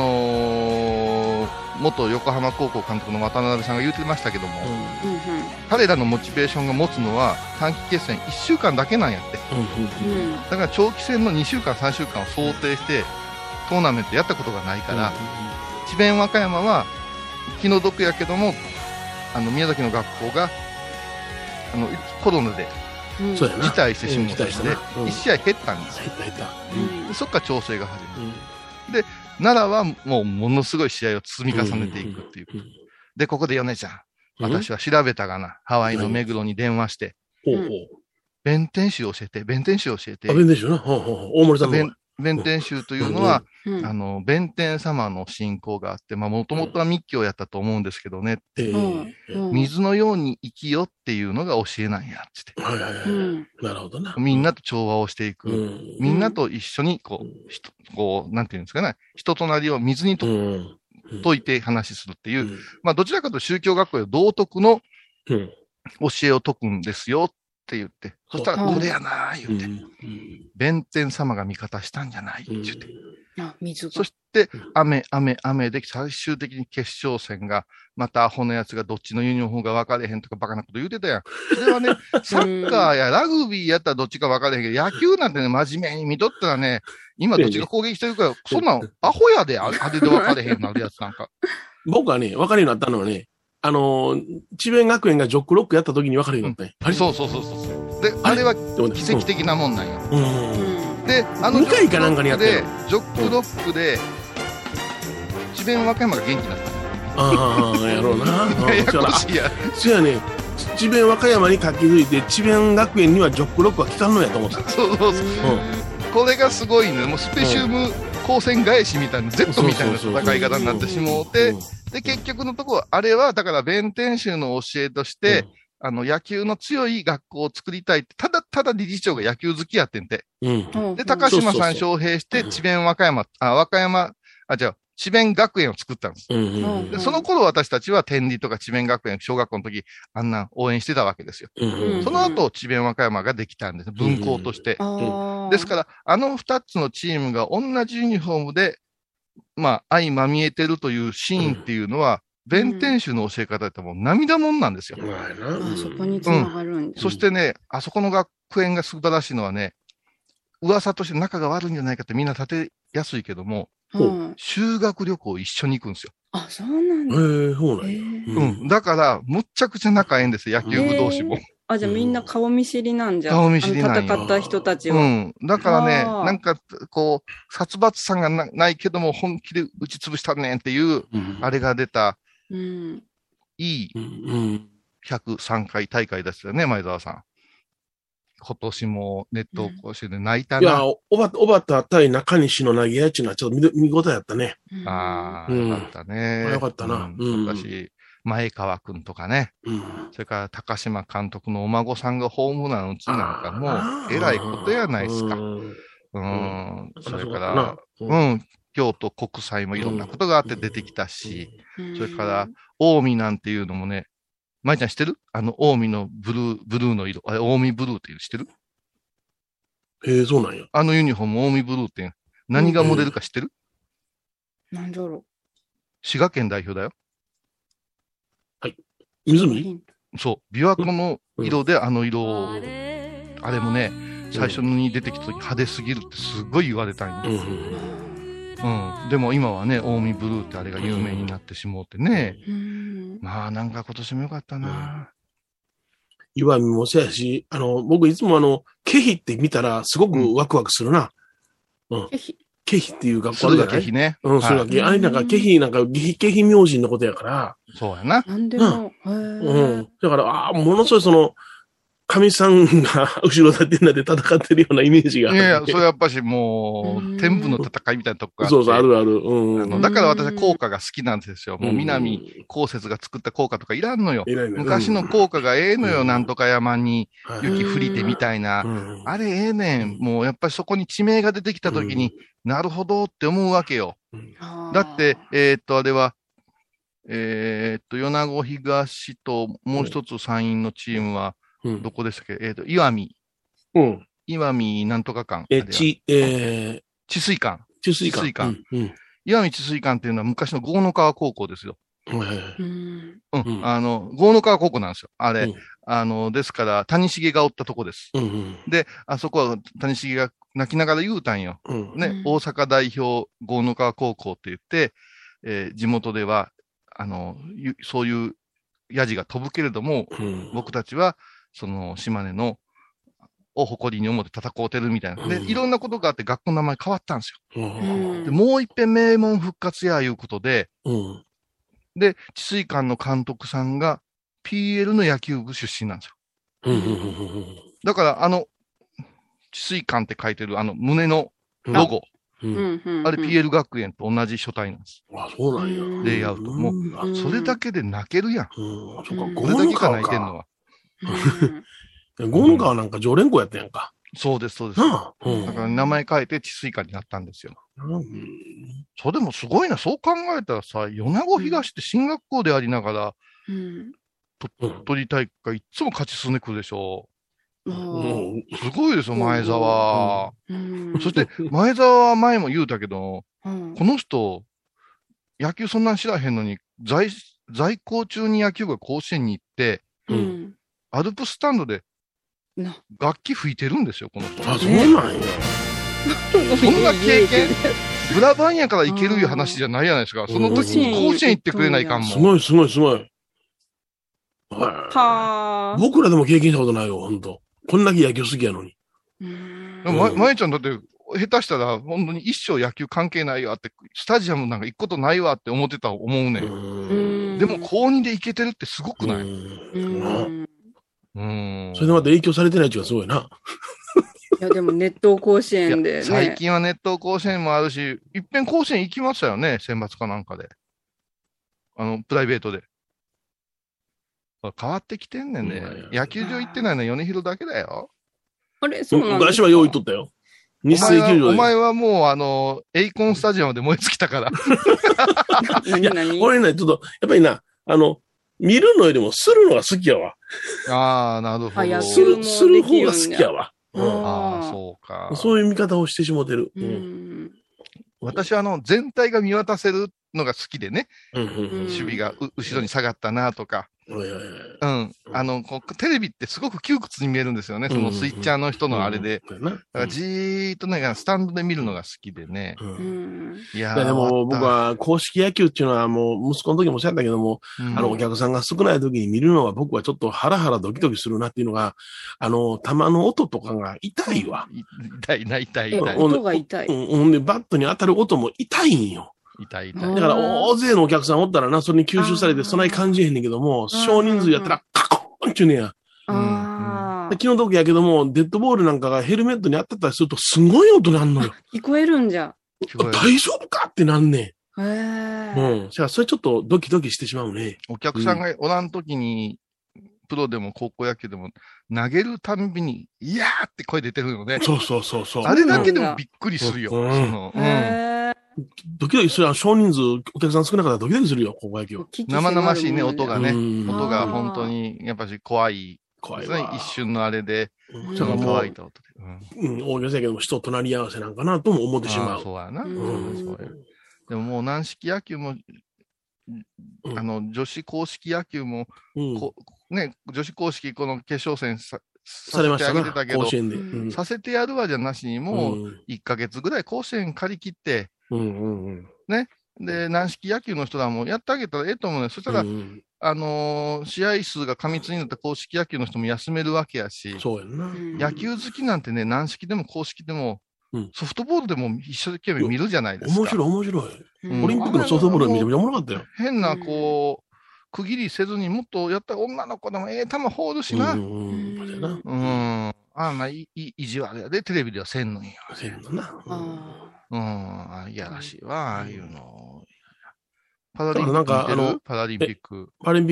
元横浜高校監督の渡辺さんが言ってましたけども、彼らのモチベーションが持つのは短期決戦1週間だけなんやって。だから長期戦の2週間、3週間を想定してトーナメントやったことがないから、智弁和歌山は気の毒やけども、宮崎の学校がコロナで辞退してしまったので、1試合減ったんですよ。そっから調整が始まる。で、奈良はもうものすごい試合を積み重ねていくっていう。で、ここで米ちゃん、私は調べたがな、ハワイの目黒に電話して、弁天宗教えて、弁天宗教えて。 弁天宗な。大森さんの。 弁天宗というのは、弁天様の信仰があって、もともとは密教やったと思うんですけどねって、水のように生きよっていうのが教えなんやって。 なるほどな。 みんなと調和をしていく。みんなと一緒に、なんていうんですかね、人となりを水に解いて話するっていう、どちらかというと宗教学校で道徳の教えを解くんですよって言って、そしたらこれやなー言って、弁天様が味方したんじゃないって言って。そして、雨で最終的に決勝戦が、またアホのやつがどっちのユニフォームが分かれへんとかバカなこと言うてたやん。それはね、サッカーやラグビーやったらどっちか分かれへんけど、野球なんてね、真面目に見とったらね、今どっちが攻撃してるから、そんなんアホやで、あれで分かれへんなるやつなんか。 僕はね、分かるようになったのはね、智弁学園がジョックロックやった時に分かるようになったね。 そう。で、あれは奇跡的なもんなんよ。で、 2回かなんかにやってる。 ジョックロックで、智弁和歌山が元気になった。 やろうな。 ややこしいや。 そうやね。智弁和歌山に活気づいて、智弁学園にはジョックロックは効かんのやと思った。 そう。これがすごいね。もうスペシウム光線返しみたいな、Z みたいな戦い方になってしもうて、で、結局のところ、あれは、だから、弁天宗の教えとして、野球の強い学校を作りたいって、ただ理事長が野球好きやってんて。で、高島さん招聘して、智弁和歌山、智弁学園を作ったんです。で、その頃私たちは天理とか智弁学園、小学校の時、あんな応援してたわけですよ。その後、智弁和歌山ができたんです。分校として。ですから、二つのチームが同じユニフォームで、相まみえてるというシーンっていうのは、弁天宗の教え方ってもう涙もんなんですよ。 そこにつながるんです。 そしてね、あそこの学園が素晴らしいのはね、噂として仲が悪いんじゃないかってみんな立てやすいけども、修学旅行一緒に行くんですよ。 そうなんだ。 そうなんや。 だから、むっちゃくちゃ仲ええんですよ、野球部同士も。 じゃあみんな顔見知りなんじゃ。 顔見知りなんや。 戦った人たちは。 だからね、なんか、殺伐さがないけども、本気で打ち潰したねんっていう、あれが出た、いい、103回大会ですよね、前澤さん。今年もネット甲子園で泣いたな。 いや、おばた対中西の投げ合いっていうのはちょっと見事やったね。 よかったね。 よかったな。 私、前川くんとかね。それから高島監督のお孫さんがホームラン打つなんかもう、えらいことやないですか。それから、京都国際もいろんなことがあって出てきたし、それから、近江なんていうのもね、舞ちゃん知ってる？近江のブルーの色。あれ、近江ブルーっていうの知ってる？ そうなんや。 ユニフォーム近江ブルーって何がモデルか知ってる？ なんだろう。 滋賀県代表だよ。 はい。湖？ そう。琵琶湖の色で色を、あれもね、最初に出てきた時派手すぎるってすごい言われたんよ。でも今はね、近江ブルーってあれが有名になってしもうってね。なんか今年もよかったな。 岩見もそうやし、僕いつもケヒって見たらすごくワクワクするな。ケヒっていう学校あるじゃない？ ケヒね。 そうだけ。あれなんかケヒなんか、ケヒ明神のことやから。 そうやな。 なんでも。 だから、ものすごい神さんが後ろ盾になって戦ってるようなイメージがある。 いや、それやっぱしもう、天部の戦いみたいなとこがあって。 そう、ある。 だから私は校歌が好きなんですよ。もう南高節が作った校歌とかいらんのよ。昔の校歌がええのよ。なんとか山に雪降りてみたいな。あれええねん。もうやっぱりそこに地名が出てきたときに、なるほどって思うわけよ。だって、あれは、米子東ともう一つ山陰のチームは、どこでしたっけ？岩見。岩見なんとか館。 治水館。 治水館。 石見智翠館っていうのは昔の郷野川高校ですよ。 うん。 郷野川高校なんですよ。あれ。ですから、谷繁がおったとこです。で、あそこは谷繁が泣きながら言うたんよ。ね、大阪代表郷野川高校って言って、地元では、そういうヤジが飛ぶけれども、僕たちは、その、島根の、を誇りに思って戦うてるみたいな。で、いろんなことがあって学校の名前変わったんですよ。でもう一遍名門復活やいうことで、で、智翠館の監督さんが PL の野球部出身なんですよ。だから、智翠館って書いてる胸のロゴ。あれ PL 学園と同じ書体なんです。 あ、そうなんや。 レイアウト。もう、それだけで泣けるやん。 そうか、 これだけか泣いてんのは。 郷野川なんか常連校やったやんか。 そうです、そうです。だから名前変えて智翠館になったんですよ。それでもすごいな。そう考えたらさ、米子東って進学校でありながら、鳥取大会いつも勝ち進んでくるでしょ。すごいですよ、前澤。そして、前澤は前も言うたけど、この人、野球そんなん知らへんのに、在校中に野球が甲子園に行って、アルプスタンドで楽器吹いてるんですよ、この人。 あ、そうなんや。 そんな経験、ブラバンやから行けるいう話じゃないじゃないですか。その時に甲子園行ってくれないかんもん。 すごい、すごい、すごい。はあ。僕らでも経験したことないよ、ほんと。こんだけ野球好きやのに。 まゆちゃんだって、下手したら本当に一生野球関係ないわって、スタジアムなんか行くことないわって思ってたと思うねん。でも高2で行けてるってすごくない？ それでまた影響されてないっていうかすごいな。 いや、でも熱湯甲子園で、ね。 最近は熱湯甲子園もあるし、いっぺん甲子園行きましたよね、選抜かなんかで。プライベートで。変わってきてんねんね。野球場行ってないのは米広だけだよ。 あれそうなんですか？ 昔は用意とったよ。日生球場で。 お前はもうエイコンスタジアムで燃え尽きたから。 何俺ね、ちょっと、やっぱりな、見るのよりもするのが好きやわ。 ああ、なるほど。 する方が好きやわ。 ああ、そうか。 そういう見方をしてしもてる。 私は全体が見渡せるのが好きでね。守備が後ろに下がったなとか。テレビってすごく窮屈に見えるんですよね。そのスイッチャーの人のあれで。だからじーっとね、スタンドで見るのが好きでね。 いや、でも僕は公式野球っていうのはもう息子の時もそうやったけども、お客さんが少ない時に見るのは僕はちょっとハラハラドキドキするなっていうのが、球の音とかが痛いわ。 痛い。 音が痛い。 ほんで、バットに当たる音も痛いんよ。 痛い。 だから、大勢のお客さんおったらな、それに吸収されて、そない感じへんねんけども、少人数やったら、カコーンちゅうねや。気の毒やけども、デッドボールなんかがヘルメットに当たったりすると、すごい音なんのよ。 聞こえるんじゃ。 大丈夫かってなんねん。じゃあ、それちょっとドキドキしてしまうね。 お客さんがおらんときに、プロでも高校野球でも、投げるたんびに、いやーって声出てるのね。 そう。 あれだけでもびっくりするよ。 ドキドキする。少人数、お客さん少なかったらドキドキするよ、高校野球。 生々しいね、音がね。音が本当に、やっぱし怖い。怖いわ。一瞬のあれで、ちょっと乾いた音で。 大げさやけども、人隣り合わせなんかなとも思ってしまう。 そうやな。でももう軟式野球も、女子公式野球も、ね、女子公式この決勝戦させてあげてたけど、させてやるわじゃなしにもう1ヶ月ぐらい甲子園借り切って、ね、で、軟式野球の人らもやってあげたらええと思うね。そしたら、試合数が過密になった公式野球の人も休めるわけやし、 そうやな。 野球好きなんてね、軟式でも公式でも、ソフトボールでも一生懸命見るじゃないですか。 面白い。オリンピックのソフトボールめちゃめちゃおもろかったよ。 変な、区切りせずにもっとやったら女の子でも球放るしな。意地悪やで、テレビではせんのんや。 せんのな。 いやらしいわ、ああいうの。パラリンピック。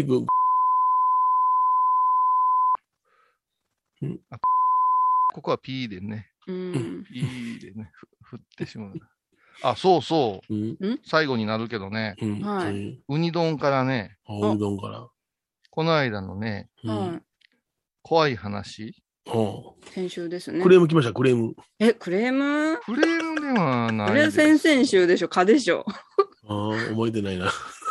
ここは P でね。P でね、振ってしまう。あ、そう。最後になるけどね。ウニ丼からね。 ウニ丼から。 この間のね、怖い話。 先週ですね。 クレーム来ました、クレーム。 クレームではない。 それは先々週でしょ、蚊でしょ。 ああ、覚えてないな。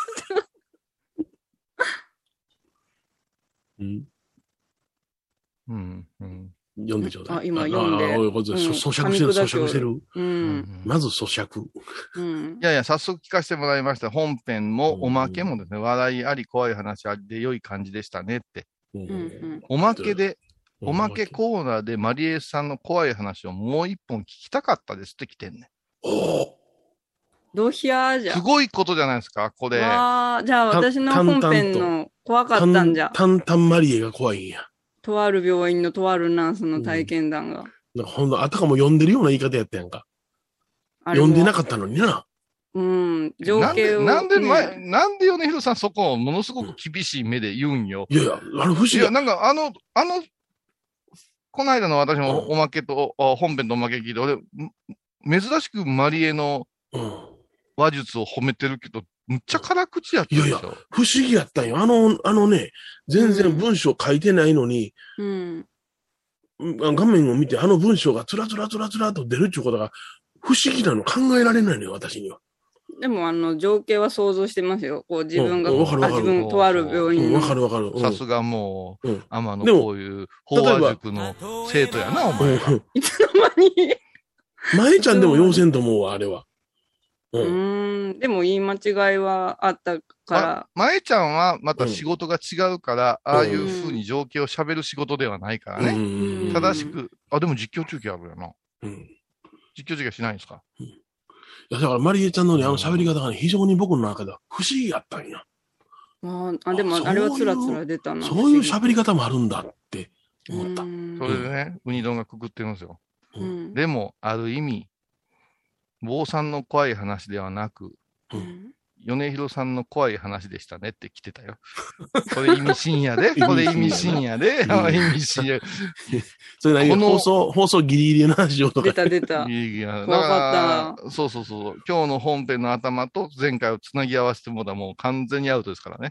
うん。 うん。うん。 読んでちょうだい。 あ、今読んで。 咀嚼してる。 うん。 まず咀嚼。 うん。 いやいや、早速聞かせてもらいました。本編もおまけもですね、笑いあり怖い話ありで良い感じでしたねって。おまけで、おまけコーナーでマリエさんの怖い話をもう一本聞きたかったですって来てんね。 ドヒャーじゃん。 すごいことじゃないですか、これ。 ああ、じゃあ私の本編の怖かったんじゃ。 タンタンマリエが怖いんや。 とある病院のとあるナースの体験談が。 なんかほんと、あたかも読んでるような言い方やったやんか。読んでなかったのにな。 うん、情景を。 なんで米広さんそこをものすごく厳しい目で言うんよ。 いやいや、不思議。いや、 なんかこの間の私もおまけと、本編とおまけ聞いて、俺、珍しくマリエの話術を褒めてるけど、むっちゃ辛口やったでしょ。いやいや、 不思議やったんよ。あのね、全然文章書いてないのに、画面を見てあの文章がつらと出るっていうことが不思議なの、考えられないのよ、私には。 でも情景は想像してますよ。こう自分が、自分とある病院の。わかる。 さすがもう、天野こういう法話塾の生徒やな、お前は。 いつの間に。 前ちゃんでも要せんと思うわ、あれは。 でも言い間違いはあったから。 前ちゃんはまた仕事が違うから、ああいう風に情景を喋る仕事ではないからね。正しく、でも実況中継あるよな。実況中継しないんですか？ いや、だからマリエちゃんのね、喋り方がね、非常に僕の中では不思議やったんや。 でもあれはつらつら出たな。 そういう喋り方もあるんだって思った。 それでね、ウニ丼がくくってるんですよ。でも、ある意味、坊さんの怖い話ではなく、米広さんの怖い話でしたねって来てたよ。これ意味深夜で、意味深夜で、意味深夜。 それ何放送ギリギリの話をとか。 出た。 ギリギリ怖かった。 そう。今日の本編の頭と前回をつなぎ合わせてもらもう完全にアウトですからね。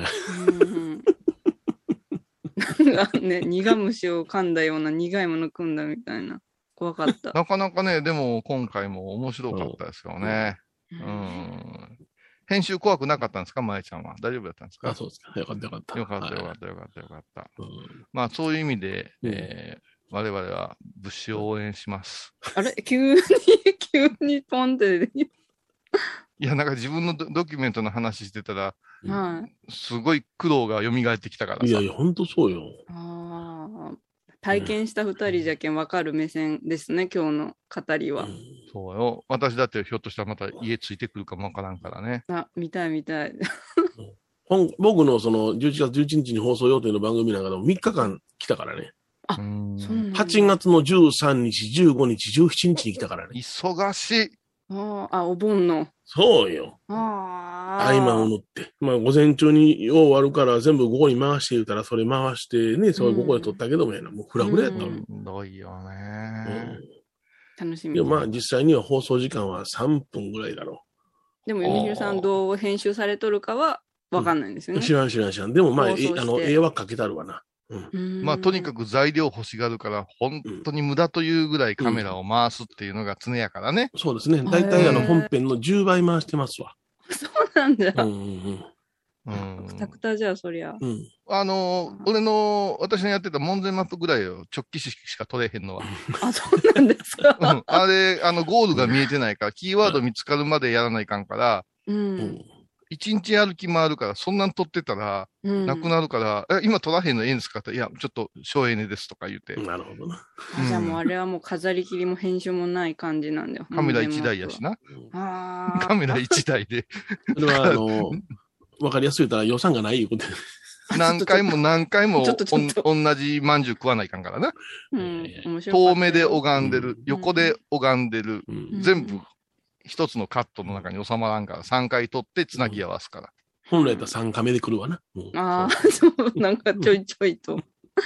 苦虫を噛んだような苦いもの組んだみたいな。怖かった。 なかなかね、でも今回も面白かったですよね。編集怖くなかったんですか、まえちゃんは。大丈夫だったんですか？ そうですか。よかった。 よかった。まあ、そういう意味で、我々は物資を応援します。 あれ急にポンって。 いや、なんか自分のドキュメントの話してたら、すごい苦労が蘇ってきたからさ。 いや、ほんとそうよ。 体験した二人じゃけん分かる目線ですね、今日の語りは。 そうよ。私だってひょっとしたらまた家ついてくるかもわからんからね。 見たい。 僕のその11月11日に放送予定の番組なんかでも3日間来たからね。 そうなんだ。 8月の13日、15日、17日に来たからね。 忙しい。 お盆の。 そうよ。合間を縫って。まあ、午前中によう終わるから全部午後に回して言うたら、それ回してね、それ午後で撮ったけどもやな。もうフラフラやったわ。 ひどいよね。 楽しみ。 でもまあ、実際には放送時間は3分ぐらいだろう。でも、米広さんどう編集されとるかはわかんないんですよね。 知らん。でもまあ、絵は描けたるわな。 まあ、とにかく材料欲しがるから、本当に無駄というぐらいカメラを回すっていうのが常やからね。 そうですね。だいたい本編の10倍回してますわ。 そうなんだ。くたくたじゃあ、そりゃ。 私のやってた門前マップぐらいよ、直帰しか撮れへんのは。 そうなんですか。 あれ、ゴールが見えてないから、キーワード見つかるまでやらないかんから、一日歩き回るから、そんなん撮ってたら、なくなるから、今撮らへんのええんですかって、いや、ちょっと省エネですとか言うて。 なるほどな。 じゃあもうあれはもう飾り切りも編集もない感じなんだよ。 カメラ1台やしな。カメラ1台で。 それは、わかりやすい言ったら予算がないいうこと何回も同じまんじゅう食わないかんからな。遠目で拝んでる、横で拝んでる、全部一つのカットの中に収まらんから3回撮ってつなぎ合わすから。 本来やったら3回目で来るわな。 そう、なんかちょいちょいと。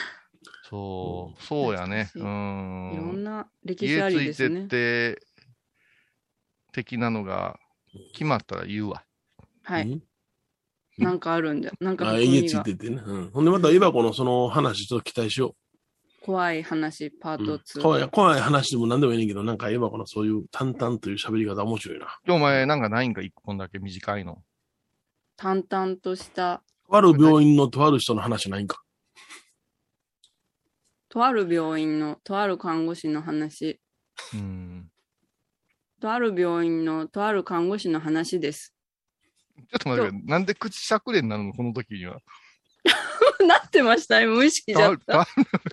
そうやね。いろんな歴史ありですね。 家ついてって、的なのが決まったら言うわ。 はい。なんかあるんじゃ。なんか家ついててね。ほんでまた、エバコのその話ちょっと期待しよう。 怖い話、パート2。 怖い話でも何でもいいねんけど、なんか今このそういう淡々という喋り方面白いな。 今日お前なんかないんか一本だけ短いの。 淡々とした。 とある病院のとある人の話ないんか。 とある病院のとある看護師の話。とある病院のとある看護師の話です。 ちょっと待って、なんで口しゃくれになるのこの時には。 なってました、無意識じゃった。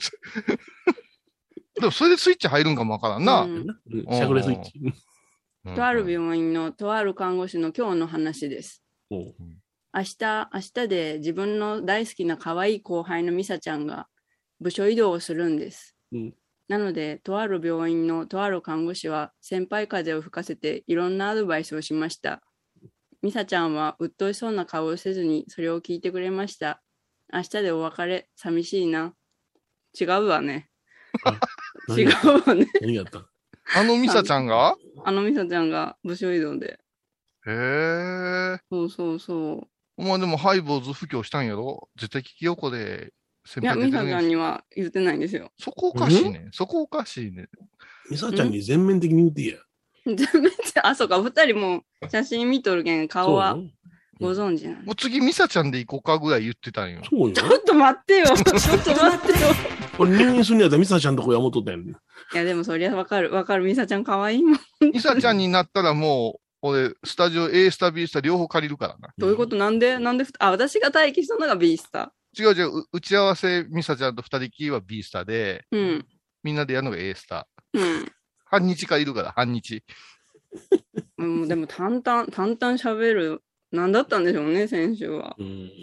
でもそれでスイッチ入るんかもわからんな。 しゃくれスイッチ。 とある病院のとある看護師の今日の話です。明日で自分の大好きな可愛い後輩のミサちゃんが部署移動をするんです。なので、とある病院のとある看護師は先輩風を吹かせていろんなアドバイスをしました。ミサちゃんはうっとうしそうな顔をせずにそれを聞いてくれました。明日でお別れ、寂しいな。違うわね。違うわね。 何やった？ ミサちゃんがミサちゃんが部署移動で。 へえ。 そう。 お前でもハイボーズ布教したんやろ？絶対聞き横で先輩出てる。いや、ミサちゃんには言ってないんですよ。 そこおかしいね。 ミサちゃんに全面的に言っていいや。 全面的、そうか、二人も写真見とるけん、顔はご存知なの。 もう次ミサちゃんで行こうかぐらい言ってたんよ。 そうよ。 ちょっと待ってよ。 これ入院するんやったらミサちゃんとこやもとったやんね。 いや、でもそりゃわかる。ミサちゃん可愛いもん。 ミサちゃんになったらもう、俺、スタジオ A スタ、B スタ両方借りるからな。 どういうこと？なんで私が待機したのが B スタ。 違う、打ち合わせ、ミサちゃんと二人きりは B スタで、みんなでやるのが A スタ。半日借りるから、半日。 でも、淡々喋る。何だったんでしょうね、先週は。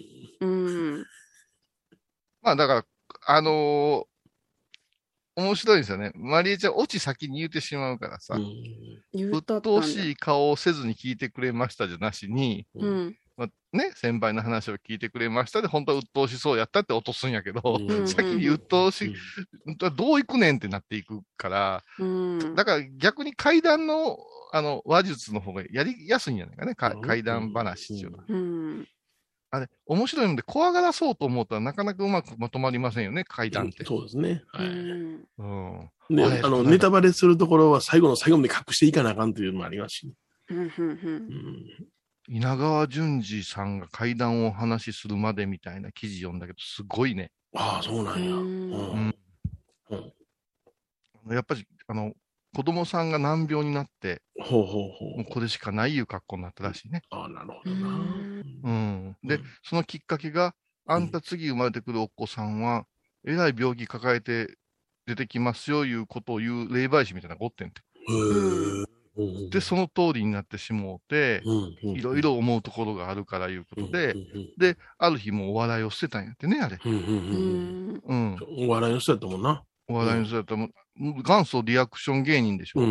まあ、だから、面白いですよね。マリエちゃん、オチ先に言ってしまうからさ、うっとうしい顔をせずに聞いてくれましたじゃなしに、ね、先輩の話を聞いてくれましたで、本当はうっとうしそうやったって落とすんやけど、先にうっとうしい、どういくねんってなっていくから、だから逆に怪談の、話術の方がやりやすいんじゃないかね、怪談話っていうのは。あれ、面白いので怖がらそうと思ったらなかなかうまくまとまりませんよね、怪談って。 そうですね。はい。で、ネタバレするところは最後の最後まで隠していかなあかんというのもありますし。 稲川淳二さんが怪談をお話しするまでみたいな記事読んだけど、すごいね。 ああ、そうなんや。 やっぱり、子供さんが難病になって、もうこれしかないいう格好になったらしいね。 ああ、なるほどな。 で、そのきっかけが、あんた次生まれてくるお子さんは、えらい病気抱えて出てきますよ、いうことを言う霊媒師みたいなのがおってんて。で、その通りになってしもうて、いろいろ思うところがあるからいうことで、で、ある日もうお笑いを捨てたんやってね、あれ。 お笑いの人やったもんな。 お笑いの人やったもん。元祖リアクション芸人でしょ。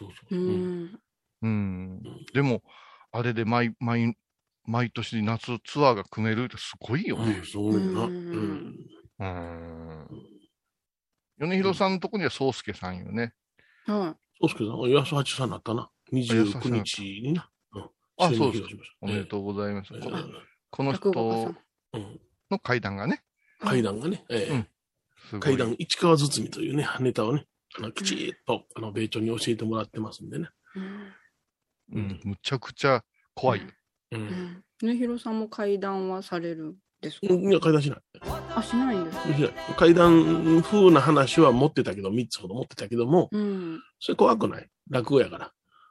でも、あれで毎年夏ツアーが組めるってすごいよね。 そうやな。米広さんのとこには宗介さんよね。 宗介さん、安八さんになったな。29日にな。 あ、そうです。おめでとうございます。この人の怪談がね。 怪談がね。怪談市川包みというね、ネタをね、きちっと、米朝に教えてもらってますんでね。 むちゃくちゃ怖い。 ねひろさんも怪談はされるんですか？ いや、怪談しない。 あ、しないんですか？ 怪談風な話は持ってたけど、3つほど持ってたけども、それ怖くない。落語やから。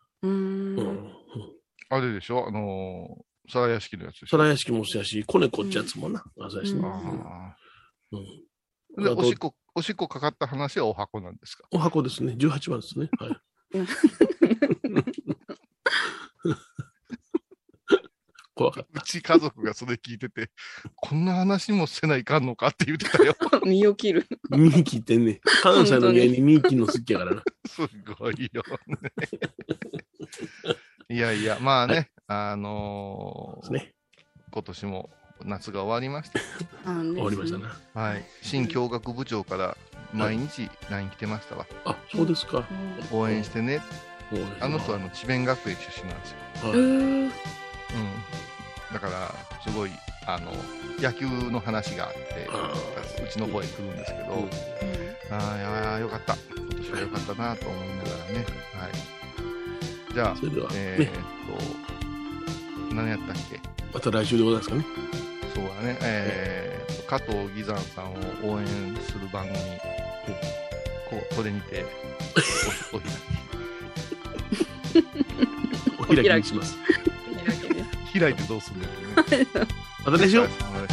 あれでしょ皿屋敷のやつでしょ？ 皿屋敷もそうやし、子猫ってやつもな。そうやしね。 で、おしっこかかった話はお箱なんですか？ お箱ですね。18番ですね。はい。怖かった。 うち家族がそれ聞いてて、こんな話もせないかんのかって言ってたよ。 身を切る。 身切ってんね。関西の芸人身切るの好きやからな。 すごいよね。いやいや、まあね、今年も夏が終わりました。 終わりましたね。 はい。新教学部長から毎日 LINE 来てましたわ。 あ、そうですか。 応援してね。あの人は智弁学園出身なんですよ。だから、すごい、野球の話があって、うちの方へ来るんですけど、 よかった。今年はよかったなと思いながらね。はい。じゃあ、 それでは何やったっけ？ また来週でございますかね。 そうだね。加藤義山さんを応援する番組、これにてお開きにします。 開いてどうするんだろうね。 また来週。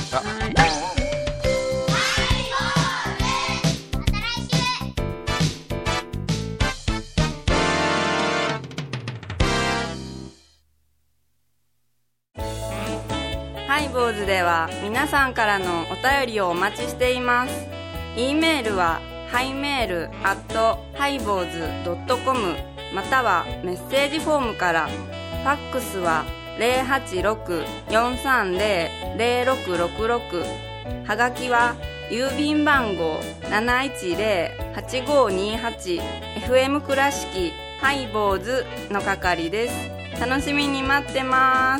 ハイボーズでは皆さんからのお便りをお待ちしています。e メールはハイメール@highboz.com またはメッセージフォームから。ファックスは 086-430-0666 はがきは郵便番号 710-8528 FM 倉敷ハイボーズの係です。楽しみに待ってます。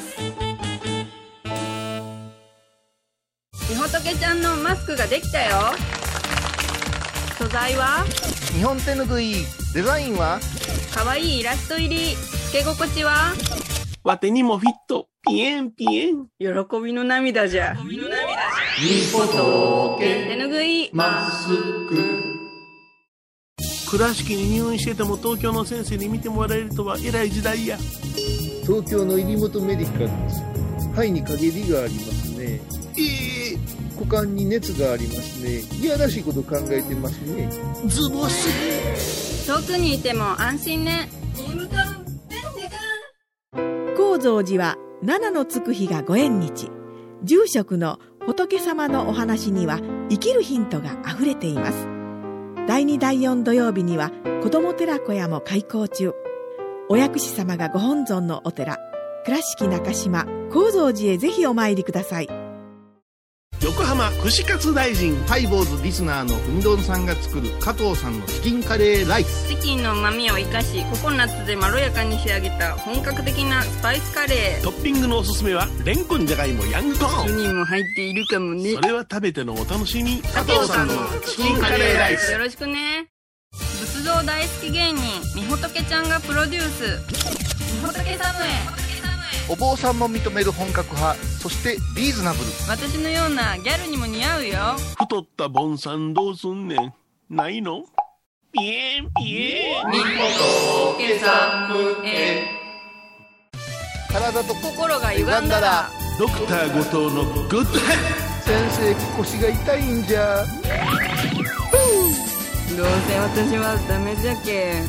みほとけちゃんのマスクができたよ。素材は日本手ぬぐい。デザインはかわいいイラスト入り。つけ心地はわてにもフィット。ピエンピエン。 喜びの涙じゃ。 みほとけ手ぬぐいマスク。倉敷に入院してても東京の先生に見てもらえるとは偉い時代や。 東京の入本メディカルです。肺に陰りがありますね。股間に熱がありますね。いやらしいこと考えてますね。 ズボス。 遠くにいても安心ね。 高蔵寺は七のつく日がご縁日。住職の仏様のお話には生きるヒントがあふれています。第2第4土曜日には子ども寺小屋も開校中。お薬師様がご本尊のお寺、倉敷中島・高蔵寺へぜひお参りください。 横浜串カツ大臣。 ハイボーズリスナーのうみどんさんが作る加藤さんのチキンカレーライス。 チキンの旨味を生かしココナッツでまろやかに仕上げた本格的なスパイスカレー。 トッピングのおすすめはレンコン、じゃがいも、ヤングコーン。 2人も入っているかもね。 それは食べてのお楽しみ。 加藤さんのチキンカレーライス。よろしくね。仏像大好き芸人みほとけちゃんがプロデュース。みほとけサムエ。 お坊さんも認める本格派、そしてリーズナブル。 私のようなギャルにも似合うよ。 太ったボンさんどうすんねん。ないの？ピエンピエン。 みほとけサムエ。 体と心が歪んだらドクター後藤のグッドヘッド。 先生、腰が痛いんじゃ。 どうせ私はダメじゃけ。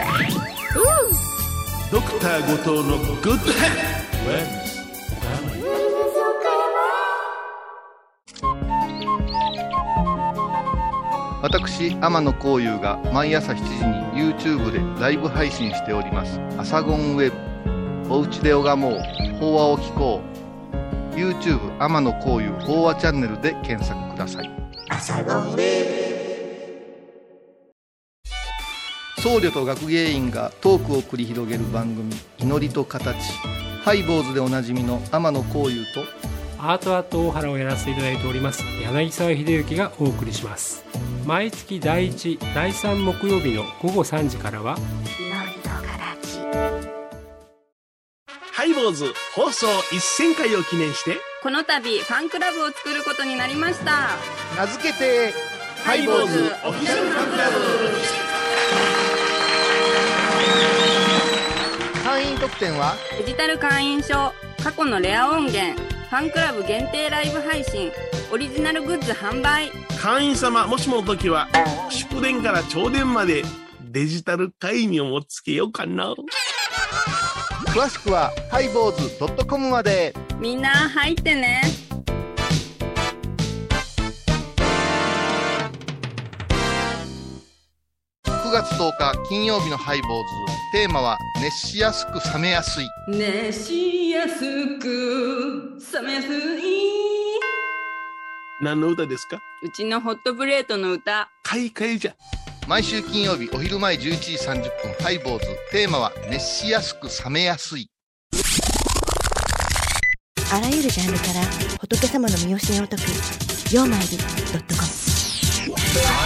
ドクター後藤のグッドヘッド。 私天野幸雄が毎朝7時に YouTube でライブ配信しておりますアサゴンウェブ。おうちで拝もう、法話を聞こう。 YouTube 天野幸雄法話チャンネルで検索ください。アサゴンウェブ。僧侶と学芸員がトークを繰り広げる番組、祈りと形。ハイボーズでおなじみの天野幸雄とアートアット大原をやらせていただいております柳沢秀幸がお送りします。毎月第1、第3木曜日の午後3時からは祈りと形。 ハイボーズ放送1000回を記念してこの度ファンクラブを作ることになりました。 名付けてハイボーズオフィシャルファンクラブ。 会員特典はデジタル会員証、過去のレア音源、ファンクラブ限定ライブ配信、オリジナルグッズ販売。 会員様もしもの時は祝電から朝電までデジタル会員をもつけようかな。 詳しくはハイボーズ .com まで。 みんな入ってね。 9月10日金曜日のハイボーズ。テーマは熱しやすく冷めやすい。 熱しやすく冷めやすい。 何の歌ですか？ うちのホットプレートの歌。 買い替えじゃ。 毎週金曜日お昼前11時30分ハイボーズ。テーマは熱しやすく冷めやすい。 あらゆるジャンルから仏様の身教えを解く曜マイル.com。